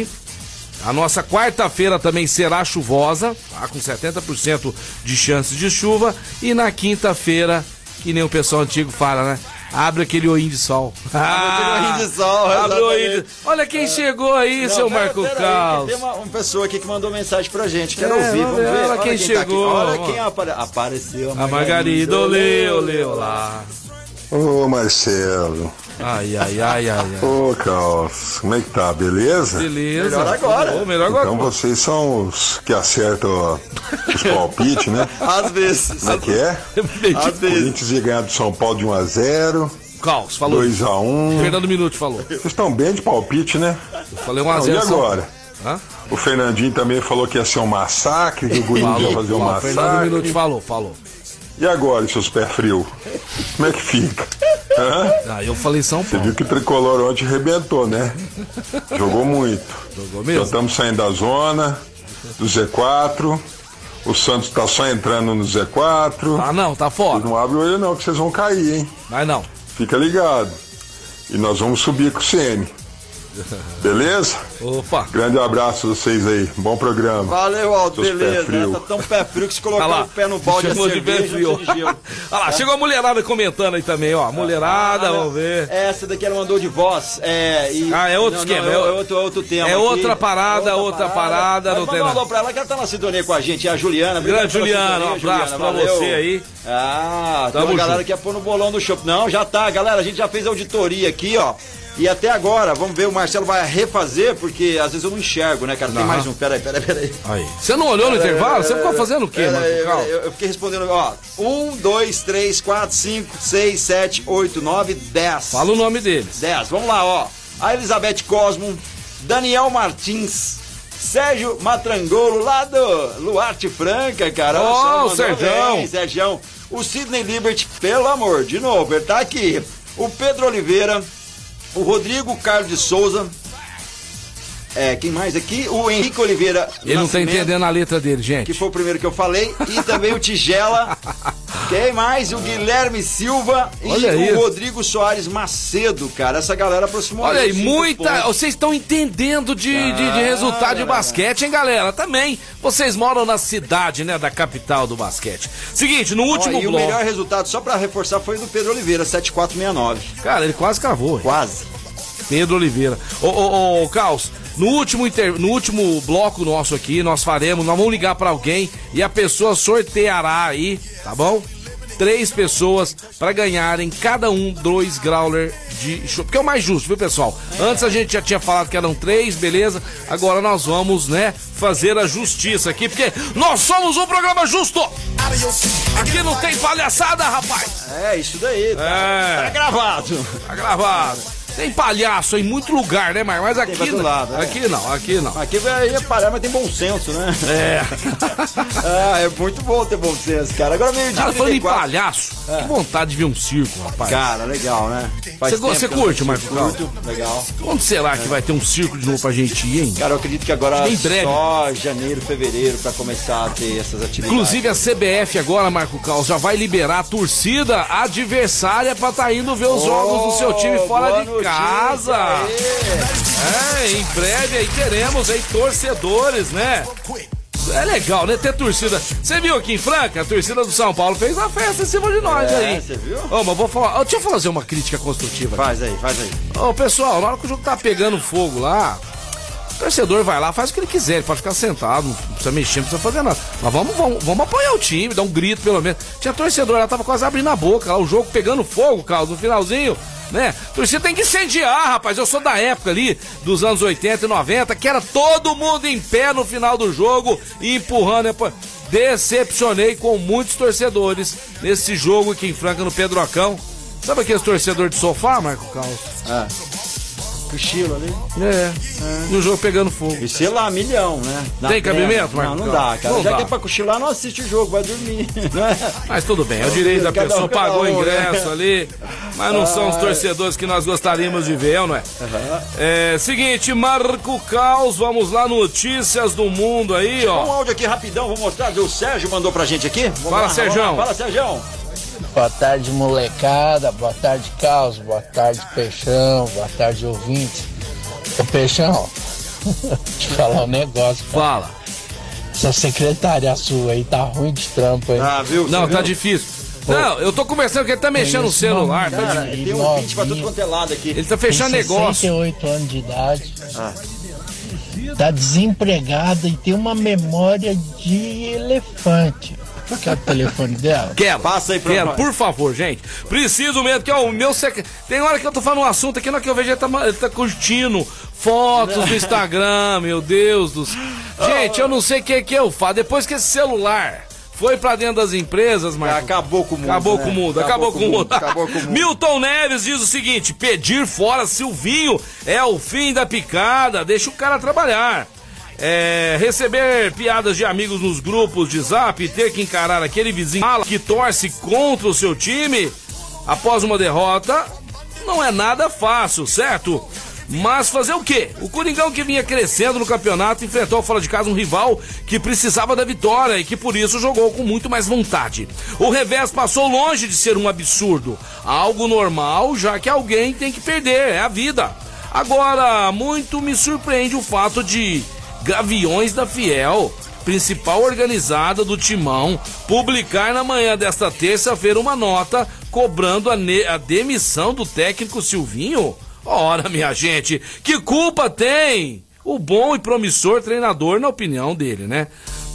A nossa quarta-feira também será chuvosa, tá? Com setenta por cento de chances de chuva. E na quinta-feira, que nem o pessoal antigo fala, né? Abre aquele olhinho de sol. Abre aquele olhinho de sol, Abre o exatamente. olhinho de... Olha quem chegou aí, Não, seu pera- Marco pera aí, Carlos. Tem uma, uma pessoa aqui que mandou mensagem pra gente. Quero É, ouvir, vamos vamos ver, ver. olha quem tá aqui. chegou, Olha ó. quem apare... apareceu. A Margarida, olê, olê, olá. Ô, Marcelo. Ai, ai, ai, ai, ai. Ô, Carlos. Como é que tá? Beleza? Beleza. Melhor agora. Ô, melhor agora. Então vocês são os que acertam ó, os palpites, né? Às vezes. Como é que é? Às vezes. Corinthians ia ganhar do São Paulo de um a zero, Caos, falou. dois a um. Fernando Minuto falou. Vocês estão bem de palpite, né? Falei um a Não, e zero. agora? Hã? O Fernandinho também falou que ia ser um massacre, que o Corinthians ia fazer um Falou, Fernando massacre. Minuto falou, falou. E agora, seus pés frios? Como é que fica? Hã? Ah, eu falei São Você Paulo. viu que o Tricolor ontem arrebentou, né? Jogou muito. Jogou Já mesmo? estamos saindo da zona, do Z quatro. O Santos tá só entrando no Z quatro. Ah, não, tá fora. Não abre o olho não, que vocês vão cair, hein? Mas não. Fica ligado. E nós vamos subir com o C N. Beleza? Opa. Grande abraço a vocês aí. Bom programa. Valeu, Aldo, Seus pé beleza. frio. Né? Tá tão pé frio que se colocar Olha lá, o pé no balde é chamou de pé cerveja, frio. não precisa de gelo. Olha lá, chegou a mulherada comentando aí também, ó. Mulherada, Ah, vamos ver. Essa daqui ela mandou de voz. É, e... Ah, é outro não, esquema, Não, é, é outro, é outro tema. é aqui. outra parada, outra parada, Mas não tem manda um nada. alô pra ela que ela tá na sintonia com a gente. E a Juliana. obrigado Grande pela Juliana, um sintonia, abraço pra valeu. você aí. Ah, tem Tamo uma galera junto. que ia pôr no bolão do show. Não, já tá, galera. A gente já fez auditoria aqui, ó. E até agora, vamos ver, o Marcelo vai refazer, porque às vezes eu não enxergo, né, cara? Tem Aham. mais um. Peraí, peraí, peraí. Aí. Você não olhou no intervalo? Você ficou fazendo o quê, Pera Marco aí, Carlos? eu, eu fiquei respondendo, ó. Um, dois, três, quatro, cinco, seis, sete, oito, nove, dez. Fala o nome deles. dez, vamos lá, ó. A Elizabeth Cosmo, Daniel Martins, Sérgio Matrangolo, lá do Luarte Franca, cara. Ó, Olha só, o mandou Serjão. bem, Serjão. O Sidney Liberty, pelo amor, de novo, ele tá aqui. O Pedro Oliveira, o Rodrigo Carlos de Souza. É, quem mais aqui? O Henrique Oliveira. Ele não tá Nascimento, entendendo a letra dele, que gente. foi o primeiro que eu falei, e também o Tigela. Quem mais? O Guilherme Silva e Olha o isso. Rodrigo Soares Macedo, cara. Essa galera aproximou. Olha aí, cinco muita. pontos. Vocês estão entendendo de, de, de resultado de basquete, hein, galera? Também. Vocês moram na cidade, né, da capital do basquete. Seguinte, no último Ó, e o bloco. melhor resultado, só pra reforçar, foi do Pedro Oliveira, sete quatro seis nove. Cara, ele quase cravou. hein? Quase. Pedro Oliveira. Ô, ô, ô, Caos, no último, inter... no último bloco nosso aqui, nós faremos, nós vamos ligar pra alguém e a pessoa sorteará aí, tá bom? Três pessoas pra ganharem cada um dois growler de chopp, porque é o mais justo, viu, pessoal? Antes a gente já tinha falado que eram três, beleza? Agora nós vamos, né, fazer a justiça aqui, porque nós somos um programa justo! Aqui não tem palhaçada, rapaz! É, isso daí, tá, é. tá gravado. Tá gravado. Tem palhaço em muito lugar, né, Marcos? Mas aqui, não, lado, é. aqui não, aqui não. Aqui é palhaço, mas tem bom senso, né? É. Ah, é muito bom ter bom senso, cara. Agora meio dia. Cara, falando em palhaço, é. que vontade de ver um circo, rapaz. Cara, legal, né? Você curte, Marcos? Curto, legal. Quando será é. que vai ter um circo de novo pra gente ir, hein? Cara, eu acredito que agora em breve. Só janeiro, fevereiro pra começar a ter essas atividades. Inclusive a C B F agora, Marco Caos, já vai liberar a torcida adversária pra tá indo ver os oh, jogos do seu time fora de notícia. casa. É, em breve aí teremos aí torcedores, né? É legal, né? Ter torcida. Você viu aqui em Franca? A torcida do São Paulo fez uma festa em cima de nós é, aí. Você viu? Ô, mas vou falar. Deixa eu fazer uma crítica construtiva. Faz aí, faz aí. Ô, pessoal, na hora que o jogo tá pegando fogo lá, o torcedor vai lá, faz o que ele quiser, ele pode ficar sentado, não precisa mexer, não precisa fazer nada. Mas vamos, vamos, vamos apoiar o time, dar um grito pelo menos. Tinha torcedor, ela tava quase abrindo a boca lá, o jogo pegando fogo, Carlos, no finalzinho. Né? Torcida tem que incendiar, rapaz. Eu sou da época ali, dos anos oitenta e noventa, que era todo mundo em pé no final do jogo e empurrando. Decepcionei com muitos torcedores nesse jogo aqui em Franca, no Pedrocão. Sabe aqueles torcedor de sofá, Marco Caos? Ah. Cochilo ali. É, é. No jogo pegando fogo. E sei lá, milhão, né? Na tem cabimento, Marco? Não, não dá, cara. Não Já dá. que é pra cochilar, não assiste o jogo, vai dormir. Né? Mas tudo bem, é o direito da pessoa, um, pagou o ingresso né? ali, mas não ah, são os torcedores que nós gostaríamos de ver, não é? Uhum. É, seguinte, Marco Caos, vamos lá, notícias do mundo aí, ó. Um áudio aqui rapidão, vou mostrar, o Sérgio mandou pra gente aqui. Vamos Fala, lá, Sérgio. Fala, Sérgio. Boa tarde, molecada, boa tarde, Caos, boa tarde, Peixão, boa tarde, ouvintes. Ô, Peixão, deixa eu falar um negócio, cara. Fala. Essa secretária sua aí tá ruim de trampo, hein? Ah, viu? Não, viu? tá difícil. Pô. Não, eu tô conversando que ele tá mexendo no celular. Cara, tá tem um ouvinte pra tudo quanto é lado aqui. Ele tá fechando tem negócio. sessenta e oito anos de idade. Ah. Tá desempregada e tem uma memória de elefante. Quer o telefone dela? Quero. Passa aí pra Quero, nós. por favor, gente. Preciso mesmo, que é o meu sec... Tem hora que eu tô falando um assunto aqui, na hora que eu vejo ele tá, ele tá curtindo fotos do Instagram, meu Deus dos... Gente, eu não sei o que que eu faço. Depois que esse celular foi pra dentro das empresas, Marcos. Acabou com o mundo. Acabou né? com o mundo, acabou, acabou com o mundo. mundo. Acabou com o mundo. Milton Neves diz o seguinte: pedir fora Silvinho é o fim da picada. Deixa o cara trabalhar. É, receber piadas de amigos nos grupos de zap e ter que encarar aquele vizinho que torce contra o seu time após uma derrota não é nada fácil, certo? Mas fazer o quê? O Coringão, que vinha crescendo no campeonato, enfrentou fora de casa um rival que precisava da vitória e que por isso jogou com muito mais vontade. O revés passou longe de ser um absurdo, algo normal, já que alguém tem que perder, é a vida. Agora, muito me surpreende o fato de Gaviões da Fiel, principal organizada do Timão, publicar na manhã desta terça-feira uma nota cobrando a, a demissão do técnico Silvinho. Ora, minha gente, que culpa tem o bom e promissor treinador, na opinião dele, né?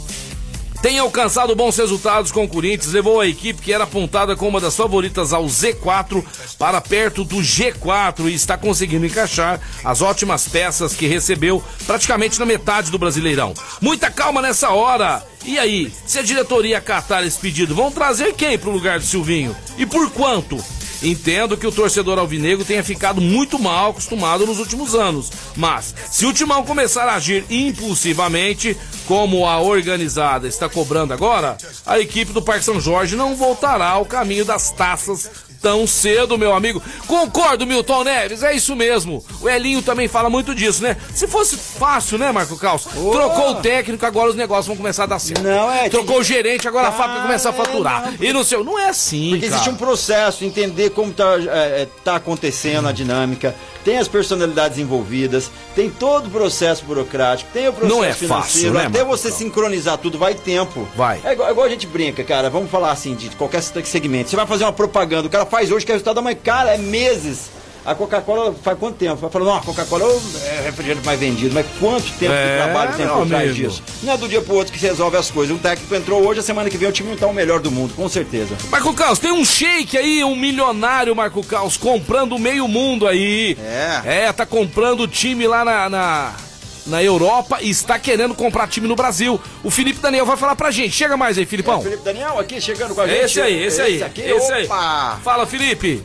Tem alcançado bons resultados com o Corinthians, levou a equipe que era apontada como uma das favoritas ao Z quatro para perto do G quatro e está conseguindo encaixar as ótimas peças que recebeu praticamente na metade do Brasileirão. Muita calma nessa hora. E aí, se a diretoria acatar esse pedido, vão trazer quem para o lugar do Silvinho? E por quanto? Entendo que o torcedor alvinegro tenha ficado muito mal acostumado nos últimos anos, mas se o Timão começar a agir impulsivamente, como a organizada está cobrando agora, a equipe do Parque São Jorge não voltará ao caminho das taças tão cedo, meu amigo. Concordo, Milton Neves, é isso mesmo. O Elinho também fala muito disso, né? Se fosse fácil, né, Marco Caos? Oh. Trocou o técnico, agora os negócios vão começar a dar certo. Não, é. Trocou tem... o gerente, agora ah, a fábrica começa a faturar. É, não. E no seu. Não é assim, porque cara. Existe um processo, entender como tá, é, tá acontecendo a dinâmica, tem as personalidades envolvidas, tem todo o processo burocrático, tem o processo não é financeiro, fácil, né, até Marco você Caos? Sincronizar tudo, vai tempo. Vai. É igual, é igual a gente brinca, cara, vamos falar assim, de qualquer segmento. Você vai fazer uma propaganda, o cara faz hoje que é o resultado da manhã, cara, é meses A Coca-Cola faz quanto tempo? Vai falar, não, a Coca-Cola é o refrigerante mais vendido, mas quanto tempo É, de trabalho tem por trás amigo. disso? Não é do dia pro outro que se resolve as coisas. Um técnico entrou hoje, a semana que vem o time não tá o melhor do mundo, com certeza. Marco Caos, tem um shake aí, um milionário, Marco Caos, comprando meio mundo aí. É. É, tá comprando o time lá na, na, na Europa e está querendo comprar time no Brasil. O Felipe Daniel vai falar pra gente. Chega mais aí, Filipão. É, Felipe Daniel aqui chegando com a gente. Esse aí, esse aí. Esse aqui, esse aí. opa! Fala, Felipe.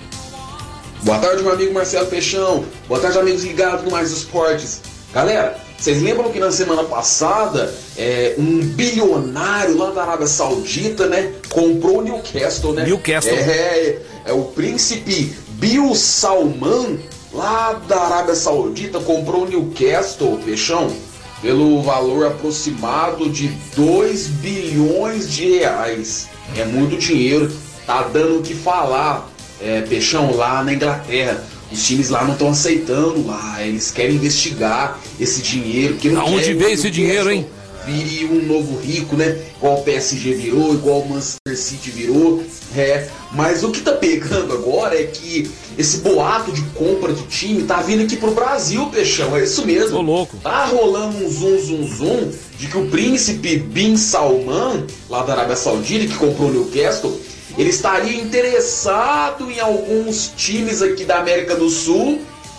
Boa tarde, meu amigo Marcelo Peixão. Boa tarde, amigos ligados no Mais Esportes. Galera, vocês lembram que na semana passada é, um bilionário lá da Arábia Saudita, né, comprou o Newcastle, né? Newcastle. É, é o príncipe Bin Salman, lá da Arábia Saudita, comprou o Newcastle, Peixão, pelo valor aproximado de dois bilhões de reais. É muito dinheiro, tá dando o que falar. É, Peixão, lá na Inglaterra, os times lá não estão aceitando lá, eles querem investigar esse dinheiro. Que não Aonde quer, veio esse dinheiro, hein? Vire um novo rico, né? Igual o P S G virou, igual o Manchester City virou. É, mas o que tá pegando agora é que esse boato de compra de time tá vindo aqui pro Brasil, Peixão, é isso mesmo. Tô louco. Tá rolando um zoom, zoom, zoom de que o príncipe Bin Salman, lá da Arábia Saudita, que comprou o Newcastle, ele estaria interessado em alguns times aqui da América do Sul,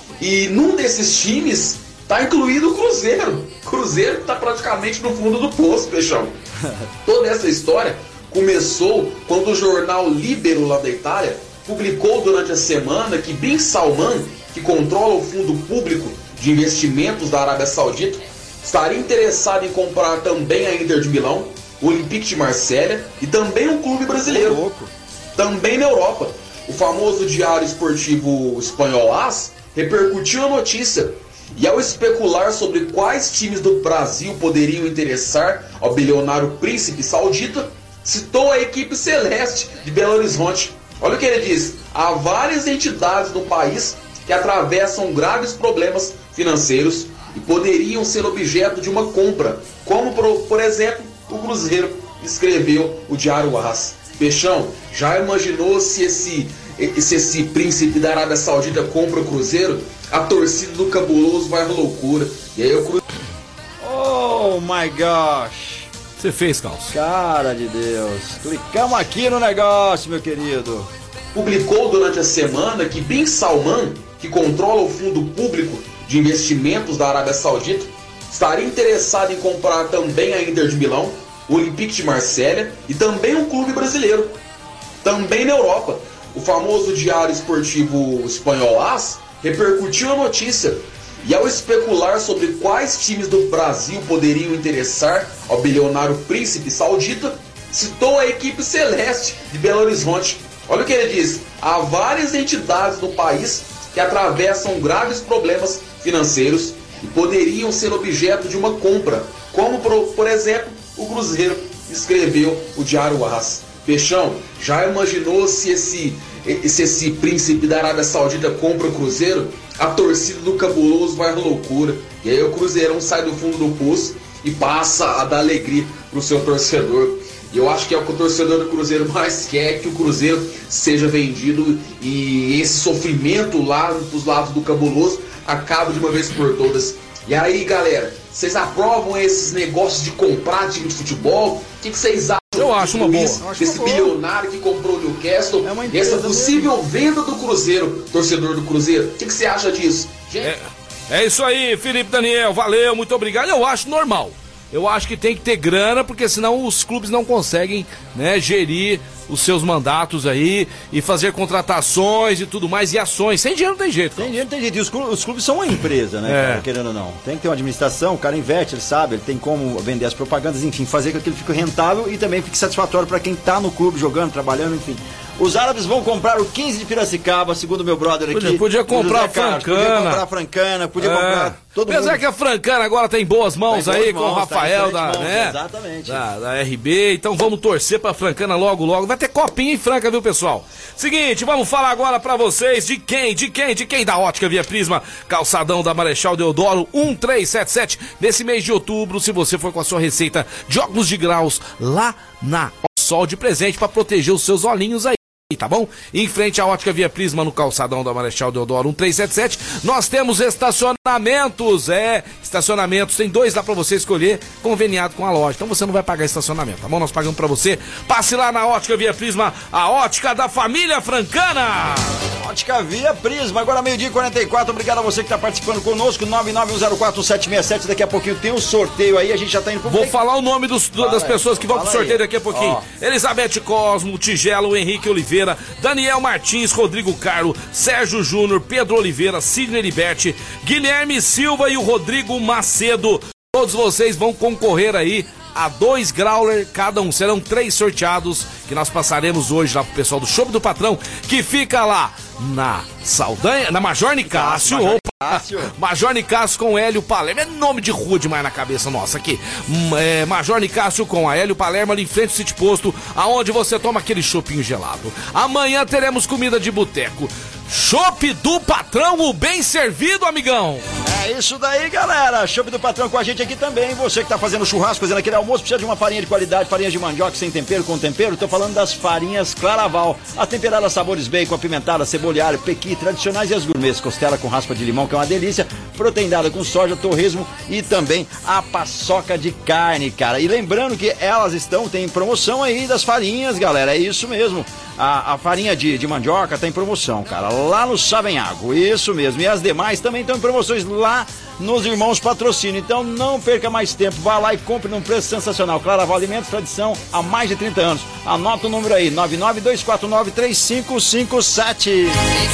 e num desses times tá incluído o Cruzeiro. Cruzeiro que tá praticamente no fundo do poço, Peixão. Toda essa história começou quando o jornal Libero, lá da Itália, publicou durante a semana que Bin Salman, que controla o fundo público de investimentos da Arábia Saudita, estaria interessado em comprar também a Inter de Milão, o Olympique de Marselha e também um clube brasileiro. Louco. Também na Europa. O famoso diário esportivo espanhol AS repercutiu a notícia. E ao especular sobre quais times do Brasil poderiam interessar ao bilionário príncipe saudita, citou a equipe celeste de Belo Horizonte. Olha o que ele diz: há várias entidades no país que atravessam graves problemas financeiros e poderiam ser objeto de uma compra, como por, por exemplo o Cruzeiro, escreveu o diário AS. Peixão, já imaginou se esse, se esse príncipe da Arábia Saudita compra o Cruzeiro? A torcida do Cabuloso vai à loucura. E aí o Cruzeiro... Oh my gosh! Você fez, Caos. Cara de Deus! Clicamos aqui no negócio, meu querido. publicou durante a semana que Bin Salman, que controla o fundo público de investimentos da Arábia Saudita, estaria interessado em comprar também a Inter de Milão, o Olympique de Marselha e também um clube brasileiro. Também na Europa, o famoso diário esportivo espanhol AS repercutiu a notícia e ao especular sobre quais times do Brasil poderiam interessar ao bilionário príncipe saudita, citou a equipe celeste de Belo Horizonte. Olha o que ele diz: há várias entidades no país que atravessam graves problemas financeiros e poderiam ser objeto de uma compra, como por, por exemplo o Cruzeiro, escreveu o diário AS. Peixão, já imaginou se esse, se esse príncipe da Arábia Saudita compra o Cruzeiro? A torcida do Cabuloso vai à loucura. E aí o Cruzeirão sai do fundo do poço e passa a dar alegria pro seu torcedor. E eu acho que é o que o torcedor do Cruzeiro mais quer, que o Cruzeiro seja vendido e esse sofrimento lá dos lados do Cabuloso acabe de uma vez por todas. E aí, galera, vocês aprovam esses negócios de comprar time de futebol? O que, que vocês acham? Eu acho uma boa. Desse bilionário que comprou o Newcastle, é essa possível venda do Cruzeiro, torcedor do Cruzeiro. O que, que você acha disso? Gente? É, é isso aí, Felipe Daniel, valeu, muito obrigado. Eu acho normal. Eu acho que tem que ter grana, porque senão os clubes não conseguem, né, gerir os seus mandatos aí e fazer contratações e tudo mais, e ações. Sem dinheiro não tem jeito. Tem dinheiro, tem jeito. E os clubes, os clubes são uma empresa, né, É. cara, querendo ou não. Tem que ter uma administração, o cara investe, ele sabe, ele tem como vender as propagandas, enfim, fazer com que aquilo fique rentável e também fique satisfatório para quem tá no clube jogando, trabalhando, enfim. Os árabes vão comprar o quinze de Piracicaba, segundo meu brother aqui. Podia, podia comprar a José Carlos. Francana. Podia comprar a Francana, podia É. comprar todo Apesar mundo. que a Francana agora tá em boas mãos Tá em boas aí, com o mãos, tá em Rafael excelentes da, mãos, né? exatamente. Da, da R B, então vamos torcer pra Francana logo, logo. Vai ter copinha em Franca, viu, pessoal? Seguinte, vamos falar agora pra vocês de quem, de quem, de quem? Da Ótica Via Prisma, calçadão da Marechal Deodoro, um três sete sete. Nesse mês de outubro, se você for com a sua receita de óculos de graus lá na Sol de presente pra proteger os seus olhinhos aí. Tá bom? Em frente à Ótica Via Prisma, no calçadão da Marechal Deodoro um três sete sete, nós temos estacionamentos, é, estacionamentos, tem dois lá pra você escolher, conveniado com a loja, então você não vai pagar estacionamento, tá bom? Nós pagamos pra você, passe lá na Ótica Via Prisma, a ótica da família francana. Ótica Via Prisma, agora meio-dia e quarenta e quatro, obrigado a você que tá participando conosco, nove nove um zero quatro sete seis sete, daqui a pouquinho tem um sorteio aí, a gente já tá indo pro... Vou falar o nome dos, do, das pessoas que vão pro sorteio daqui a pouquinho. Ó. Elizabeth Cosmo, Tigelo, Henrique Oliveira, Daniel Martins, Rodrigo Carlo, Sérgio Júnior, Pedro Oliveira, Sidney Liberti, Guilherme Silva e o Rodrigo Macedo. Todos vocês vão concorrer aí a dois growler cada um. Serão três sorteados que nós passaremos hoje lá pro pessoal do Shopping do Patrão, que fica lá na Saldanha, na Major Nicásio. Major Nicásio. Major Nicásio com Hélio Palermo. É nome de rua demais na cabeça nossa aqui. É, Major Nicásio com a Hélio Palermo, ali em frente ao City Posto, aonde você toma aquele chopinho gelado. Amanhã teremos comida de boteco. Chopp do Patrão, o bem servido, amigão. É isso daí, galera. Chopp do Patrão com a gente aqui também. Você que tá fazendo churrasco, fazendo aquele almoço, precisa de uma farinha de qualidade, farinha de mandioca sem tempero, com tempero. Tô falando das farinhas Claraval. A temperada sabores bacon, apimentada, cebola e alho, pequi, tradicionais e as gourmets. Costela com raspa de limão, que é uma delícia. Proteindada com soja, torresmo e também a paçoca de carne, cara. E lembrando que elas estão, tem promoção aí das farinhas, galera. É isso mesmo. A, a farinha de, de mandioca tá em promoção, cara, lá no Savenhago, isso mesmo. E as demais também estão em promoções lá nos Irmãos Patrocínio. Então não perca mais tempo, vá lá e compre num preço sensacional. Claraval Alimentos, tradição há mais de trinta anos. Anota o número aí, nove nove dois quatro nove três cinco cinco sete.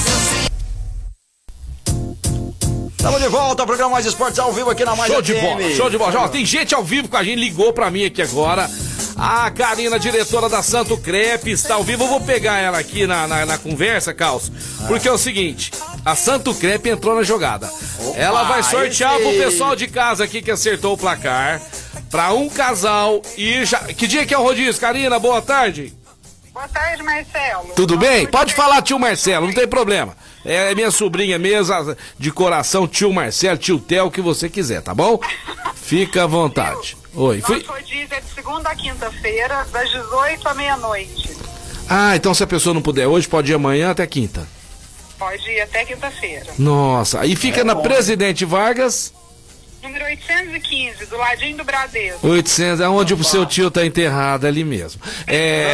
Estamos de volta ao programa Mais Esportes ao vivo aqui na Mais Show de bola, show de bola. Já, ó, tem gente ao vivo com a gente, ligou pra mim aqui agora. A Karina, diretora da Santo Crepe, está ao vivo. Eu vou pegar ela aqui na, na, na conversa, Carlos, porque é o seguinte, a Santo Crepe entrou na jogada. Opa, ela vai sortear esse... pro pessoal de casa aqui que acertou o placar, pra um casal ir já... Que dia que é o rodízio, Karina? Boa tarde. Boa tarde, Marcelo. Tudo bem? Pode falar, tio Marcelo, não tem problema. É minha sobrinha mesmo, de coração, tio Marcelo, tio Theo, o que você quiser, tá bom? Fica à vontade. Oi. Fui... Nosso rodízio é de segunda a quinta-feira, das dezoito à meia-noite. Ah, então se a pessoa não puder hoje, pode ir amanhã até quinta? Pode ir até quinta-feira. Nossa, aí fica é na bom. Presidente Vargas... Número oitocentos e quinze, do ladinho do Bradesco. oitocentos, é onde o seu tio tá enterrado, ali mesmo. É...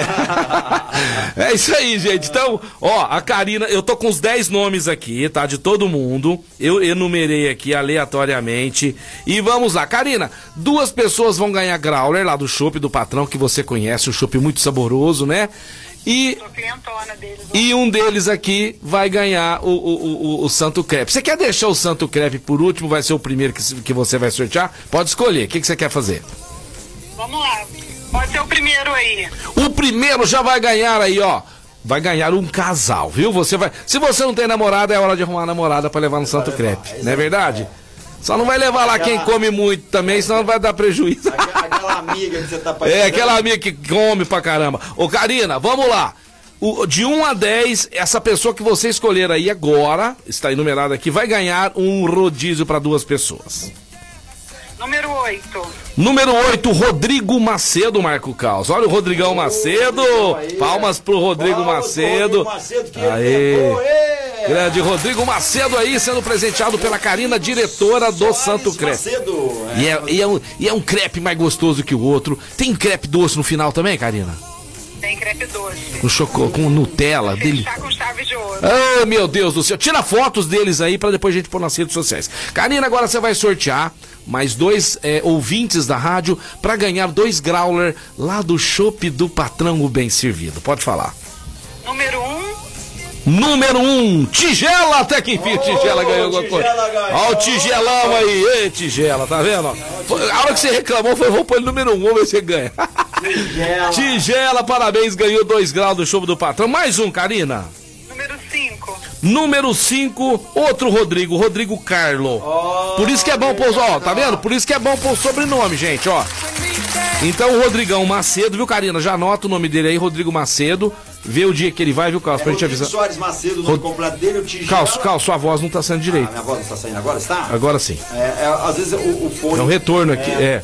é isso aí, gente. Então, ó, a Karina, eu tô com os dez nomes aqui, tá? De todo mundo. Eu enumerei aqui aleatoriamente. E vamos lá. Karina, duas pessoas vão ganhar growler lá do Chopp do Patrão, que você conhece, um chopp muito saboroso, né? E, deles, e um deles aqui vai ganhar o, o, o, o Santo Crepe. Você quer deixar o Santo Crepe por último? Vai ser o primeiro que, que você vai sortear? Pode escolher. O que, que você quer fazer? Vamos lá. Pode ser o primeiro aí. O primeiro já vai ganhar aí, ó. Vai ganhar um casal, viu? Você vai. Se você não tem namorada, é hora de arrumar uma namorada pra levar no Santo Crepe. Não é verdade? Só não vai levar lá quem come muito também, senão vai dar prejuízo. Aquela amiga que você tá passando. É, aquela amiga que come pra caramba. Ô, Karina, vamos lá. O, de um a dez, essa pessoa que você escolher aí agora, está enumerada aqui, vai ganhar um rodízio para duas pessoas. Número oito. Número oito, Rodrigo Macedo, Marco Caos. Olha o Rodrigão oh, Macedo. Aí, Palmas pro Rodrigo Palmas Macedo. Rodrigo Macedo que Aê. É. Grande Rodrigo Macedo aí, sendo presenteado pela Karina, diretora do Soares Santo Crepe. É. E, é, e, é um, e é um crepe mais gostoso que o outro. Tem crepe doce no final também, Karina? Tem crepe doce. Com chocolate, com Nutella. Dele. Com chave de ouro. Ah, meu Deus do céu. Tira fotos deles aí pra depois a gente pôr nas redes sociais. Karina, agora você vai sortear mais dois é, ouvintes da rádio pra ganhar dois growler lá do Chopp do Patrão, o bem servido. Pode falar. Número um. Número um, Tigela, até que enfim, oh, Tigela ganhou alguma coisa. Olha o Tigelão aí, ei, Tigela, tá vendo? A hora que você reclamou foi, vou pôr ele número um, vamos ver se você ganha. Tigela. Tigela, parabéns, ganhou dois graus do Show do Patrão. Mais um, Karina. Número cinco. Número cinco, outro Rodrigo, Rodrigo Carlo. Oh, Por isso que é bom pôr, ó, tá vendo? Por isso que é bom pôr o sobrenome, gente, ó. Então o Rodrigão Macedo, viu, Karina? Já anota o nome dele aí, Rodrigo Macedo. Vê o dia que ele vai, viu, Carlos? É pra gente avisar. Soares Macedo, o nome Rod... completo dele, o Tigela. Carlos, Carlos, sua voz não tá saindo direito. Ah, minha voz não tá saindo agora, está? Agora sim. É, é, às vezes o, o fone... É um retorno aqui, é.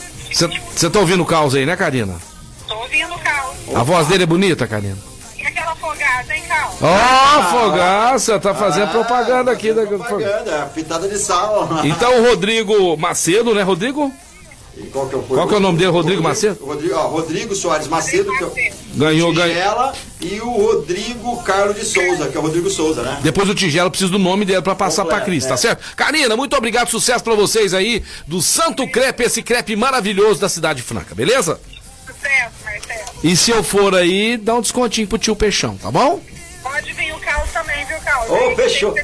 Você tá ouvindo o Carlos aí, né, Karina? Tô ouvindo o Carlos. A voz dele é bonita, Karina? E aquela afogada? Fogaça, hein, Carlos? Ó, oh, Fogaça, tá fazendo ah, propaganda tá aqui. Fazendo da propaganda, pitada de sal. Então o Rodrigo Macedo, né, Rodrigo? E qual que é o, qual que é o nome dele, Rodrigo, Rodrigo Macedo? Rodrigo, ó, Rodrigo Soares Macedo, que é o ganhou, Tigela, ganhou. E o Rodrigo Carlos de Souza, que é o Rodrigo Souza, né? Depois do Tigela, eu preciso do nome dele pra passar Completo, pra Cris, é. tá certo? Karina, muito obrigado, sucesso pra vocês aí, do Santo Crepe, esse crepe maravilhoso da Cidade Franca, beleza? Sucesso, Marcelo. E se eu for aí, dá um descontinho pro tio Peixão, tá bom? Pode vir o Carlos também, viu, Carlos? Ô, fechou.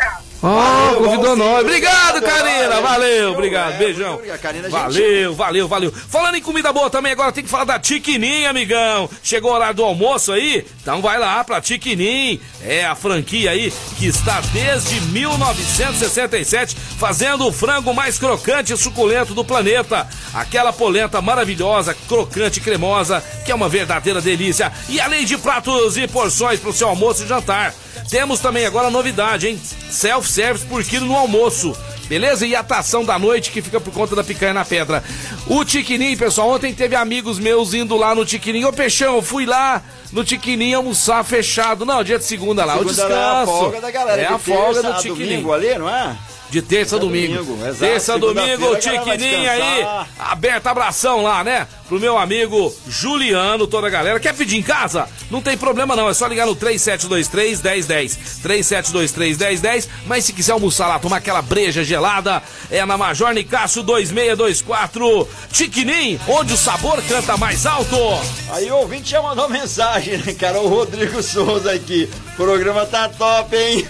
Oh, convidou nós. Obrigado, Karina. Valeu, obrigado. Beijão. Valeu, valeu, valeu. Falando em comida boa também, agora tem que falar da Tiquinim, amigão. Chegou o horário do almoço aí? Então vai lá pra Tiquinim. É a franquia aí que está desde mil novecentos e sessenta e sete fazendo o frango mais crocante e suculento do planeta. Aquela polenta maravilhosa, crocante e cremosa, que é uma verdadeira delícia. E além de pratos e porções pro seu almoço e jantar. Temos também agora a novidade, hein? Self-service por quilo no almoço. Beleza? E a atração da noite que fica por conta da picanha na pedra. O Tiquinim, pessoal, ontem teve amigos meus indo lá no Tiquinim. Ô, Peixão, eu fui lá no Tiquinim almoçar fechado. Não, dia de segunda lá, segunda o descanso. É a folga da galera. É a folga do Tiquinim. Ali, não é? De terça a domingo. domingo exato, terça a domingo, Tiquinim aí, aberto, abração lá, né? Pro meu amigo Juliano, toda a galera. Quer pedir em casa? Não tem problema não, é só ligar no três sete dois três, um zero um zero. três sete dois três, um zero um zero. Mas se quiser almoçar lá, tomar aquela breja gelada, é na Major Nicásio dois seis dois quatro. Tiquinim, onde o sabor canta mais alto. Aí o ouvinte já mandou mensagem, né, cara? O Rodrigo Souza aqui. O programa tá top, hein?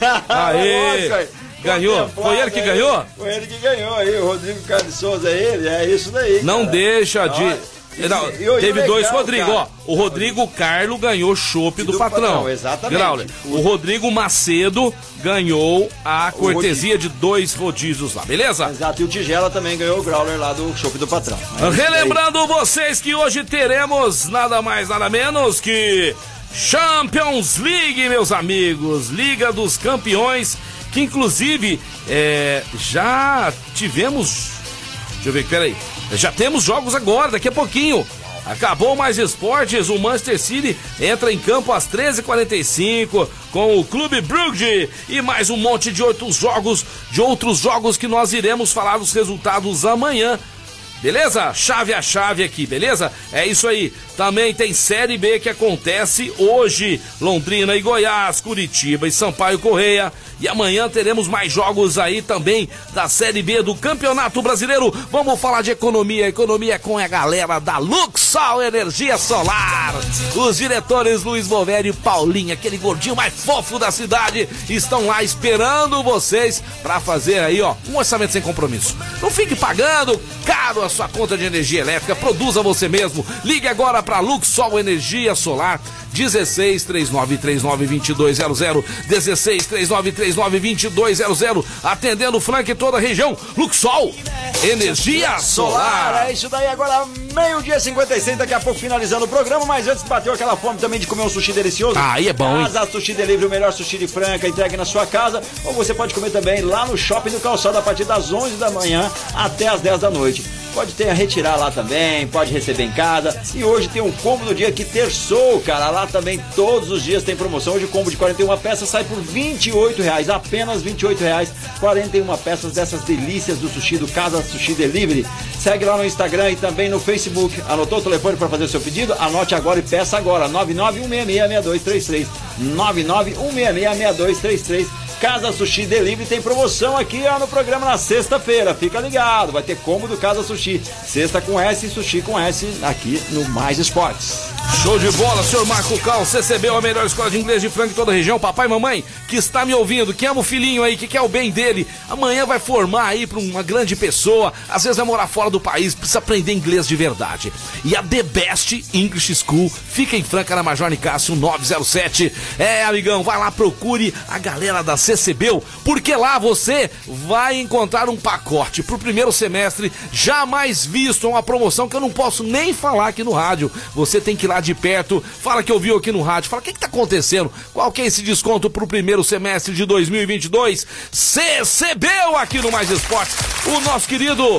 Aê! Nossa, ganhou? Foi ele que aí, ganhou? Foi ele que ganhou aí, o Rodrigo Carlos Souza, ele, é isso daí. Não cara. deixa de... E, Não, e, e, teve legal, dois Rodrigo, cara. ó. O Rodrigo Carlo ganhou chopp do, do patrão. patrão exatamente. Grauler. O Rodrigo Macedo ganhou a cortesia de dois rodízios lá, beleza? Exato, e o Tigela também ganhou o Grauler lá do chopp do patrão. É Relembrando vocês que hoje teremos nada mais, nada menos que Champions League, meus amigos. Liga dos Campeões, que inclusive é, já tivemos... Deixa eu ver, peraí. Já temos jogos agora, daqui a pouquinho. Acabou mais esportes, o Manchester City entra em campo às treze e quarenta e cinco com o Clube Brugge e mais um monte de outros jogos, de outros jogos que nós iremos falar dos resultados amanhã. Beleza? Chave a chave aqui, beleza? É isso aí. Também tem Série B que acontece hoje. Londrina e Goiás, Curitiba e Sampaio Correia. E amanhã teremos mais jogos aí também da Série B do Campeonato Brasileiro. Vamos falar de economia. Economia com a galera da Luxol Energia Solar. Os diretores Luiz Bovério e Paulinho, aquele gordinho mais fofo da cidade, estão lá esperando vocês para fazer aí, ó, um orçamento sem compromisso. Não fique pagando caro a sua conta de energia elétrica, produza você mesmo. Ligue agora para Luxol Energia Solar, dezesseis, trinta e nove, trinta e nove, vinte e dois zero zero, dezesseis, trinta e nove, trinta e nove, vinte e dois zero zero, atendendo Franca e toda a região. Luxol Energia Solar. É isso daí, agora meio-dia e cinquenta e seis, daqui a pouco finalizando o programa, mas antes bateu aquela fome também de comer um sushi delicioso. Ah, aí é bom, hein? Casa Sushi Delivery, o melhor sushi de Franca, entregue na sua casa, ou você pode comer também lá no Shopping do Calçado a partir das onze da manhã até as dez da noite. Pode ter a retirar lá também, pode receber em casa. E hoje tem um combo do dia que terçou, cara. Lá também todos os dias tem promoção. Hoje o combo de quarenta e uma peças sai por vinte e oito reais. Apenas vinte e oito reais. quarenta e uma peças dessas delícias do sushi do Casa Sushi Delivery. Segue lá no Instagram e também no Facebook. Anotou o telefone para fazer o seu pedido? Anote agora e peça agora. nove nove um seis seis, seis dois três três. nove nove um seis seis, seis dois três três. Casa Sushi Delivery tem promoção aqui ó, no programa na sexta-feira. Fica ligado, vai ter combo do Casa Sushi. Sexta com S e sushi com S aqui no Mais Esportes. Show de bola, senhor Marco Cal, C C B, a melhor escola de inglês de Franca em toda a região. Papai e mamãe que está me ouvindo, que ama o filhinho aí, que quer o bem dele, amanhã vai formar aí para uma grande pessoa, às vezes vai morar fora do país, precisa aprender inglês de verdade. E a The Best English School fica em Franca, na Major Nicásio nove zero sete. É, amigão, vai lá, procure a galera da C C B, porque lá você vai encontrar um pacote pro primeiro semestre jamais visto, uma promoção que eu não posso nem falar aqui no rádio. Você tem que ir lá de perto, fala que ouviu aqui no rádio, fala o que que tá acontecendo, qual que é esse desconto pro primeiro semestre de dois mil e vinte e dois? C C B aqui no Mais Esportes, o nosso querido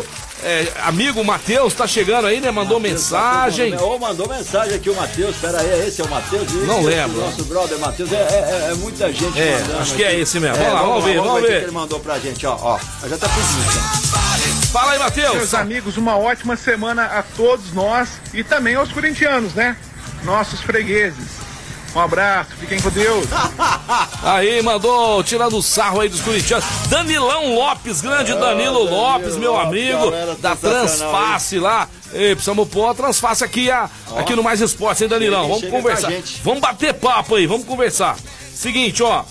é, amigo Matheus tá chegando aí, né? Mandou Mateus mensagem. Ou mandou mensagem aqui o Matheus, pera aí, esse é o Matheus? Não lembro. O nosso brother Matheus, é, é, é muita gente é, mandando. Acho que aqui. é esse mesmo. É, vamos lá, vamos, vamos ver, vamos, ver. ver. O que ele mandou pra gente, ó, ó. Já tá pedindo. Fala aí, Matheus. Meus amigos, uma ótima semana a todos nós e também aos corintianos, né? Nossos fregueses. Um abraço, fiquem com Deus. Aí, mandou, tirando o sarro aí dos corintianos. Danilão Lopes, grande Danilo oh, Lopes, Danilo meu amigo, Lopes, da Transface lá. Ei, precisamos pôr a Transface aqui, a, oh. aqui no Mais Esportes, hein, Danilão? Vamos conversar. Vamos bater papo aí, vamos conversar. Seguinte, ó.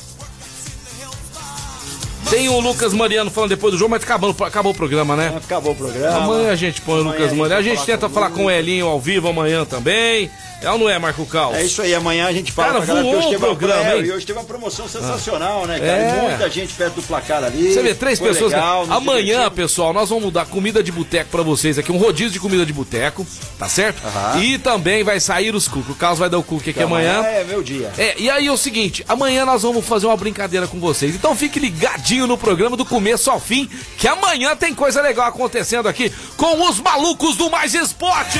Tem o Lucas Mariano falando depois do jogo, mas acabou, acabou o programa, né? É, acabou o programa. Amanhã a gente põe o Lucas Mariano. A gente falar tenta falar com o Elinho ao vivo amanhã também. É ou não é, Marco Caos? É isso aí, amanhã a gente fala. Cara, pra galera, voou o programa, uma, hein? E hoje teve uma promoção sensacional, ah. né, cara? É. Muita gente perto do placar ali. Você vê, três pessoas. Legal, amanhã, pessoal, nós vamos dar comida de boteco pra vocês aqui, um rodízio de comida de boteco, tá certo? Uh-huh. E também vai sair os cookies. O Carlos vai dar o cookie aqui então, amanhã. É, meu dia. É, e aí é o seguinte, amanhã nós vamos fazer uma brincadeira com vocês. Então fique ligadinho no programa do começo ao fim, que amanhã tem coisa legal acontecendo aqui com os malucos do Mais Esportes.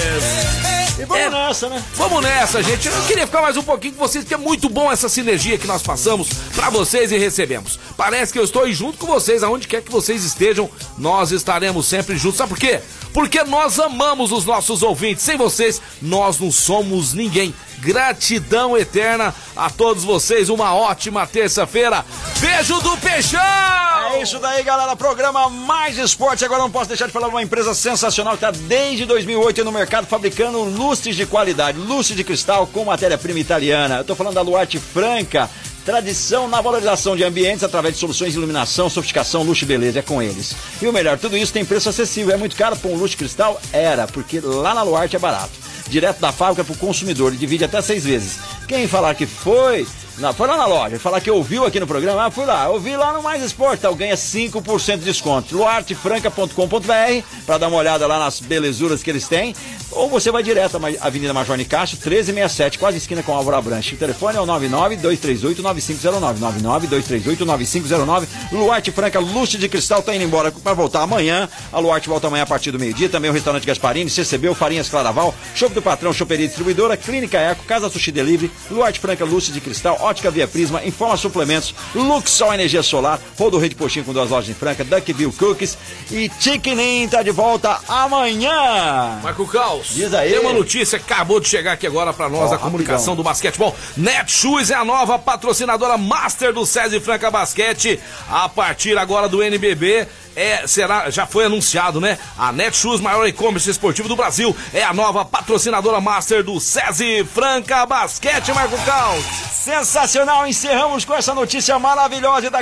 E vamos é, nessa, né? Vamos nessa, gente. Eu queria ficar mais um pouquinho com vocês, porque é muito bom essa sinergia que nós passamos pra vocês e recebemos. Parece que eu estou junto com vocês, aonde quer que vocês estejam, nós estaremos sempre juntos. Sabe por quê? Porque nós amamos os nossos ouvintes. Sem vocês, nós não somos ninguém. Gratidão eterna a todos vocês. Uma ótima terça-feira. Beijo do Peixão! É isso daí, galera. Programa Mais Esporte. Agora não posso deixar de falar de uma empresa sensacional que está desde dois mil e oito no mercado fabricando lustres de qualidade. Lustre de cristal com matéria-prima italiana. Eu tô falando da Luarte Franca. Tradição na valorização de ambientes através de soluções de iluminação, sofisticação, luxo e beleza. É com eles. E o melhor, tudo isso tem preço acessível. É muito caro para um lustre cristal? Era, porque lá na Luarte é barato. Direto da fábrica para o consumidor. Ele divide até seis vezes. Quem falar que foi... Não, foi lá na loja, falar que ouviu aqui no programa, ah, fui lá, ouvi lá no Mais Esporte, então ganha cinco por cento de desconto. luarte franca ponto com ponto b r para dar uma olhada lá nas belezuras que eles têm, ou você vai direto à Avenida Major Nicásio, treze sessenta e sete, quase esquina com Álvaro Abranches. O telefone é o nove nove dois três oito nove cinco zero nove, nove nove dois três oito nove cinco zero nove. Luarte Franca, lustre de cristal, tá indo embora para voltar amanhã. A Luarte volta amanhã a partir do meio-dia, também o restaurante Gasparini, C C B, Farinhas Claraval, Chopp do Patrão, Choperia Distribuidora, Clínica Eco, Casa Sushi Delivery, Luarte Franca, lustre de cristal, Ótica Via Prisma, Informa Suplementos, Luxol Energia Solar, Rodo Rede Postinho com duas lojas em Franca, Duckville Cookies e Chiquinim tá de volta amanhã. Marco Caos, diz aí. Tem uma notícia que acabou de chegar aqui agora pra nós, oh, da comunicação rapidão. Do basquetebol. Netshoes é a nova patrocinadora master do SESI Franca Basquete. A partir agora do N B B, é, será, já foi anunciado, né? A Netshoes, maior e-commerce esportivo do Brasil, é a nova patrocinadora master do SESI Franca Basquete, Marco Caos. Sensacional, encerramos com essa notícia maravilhosa da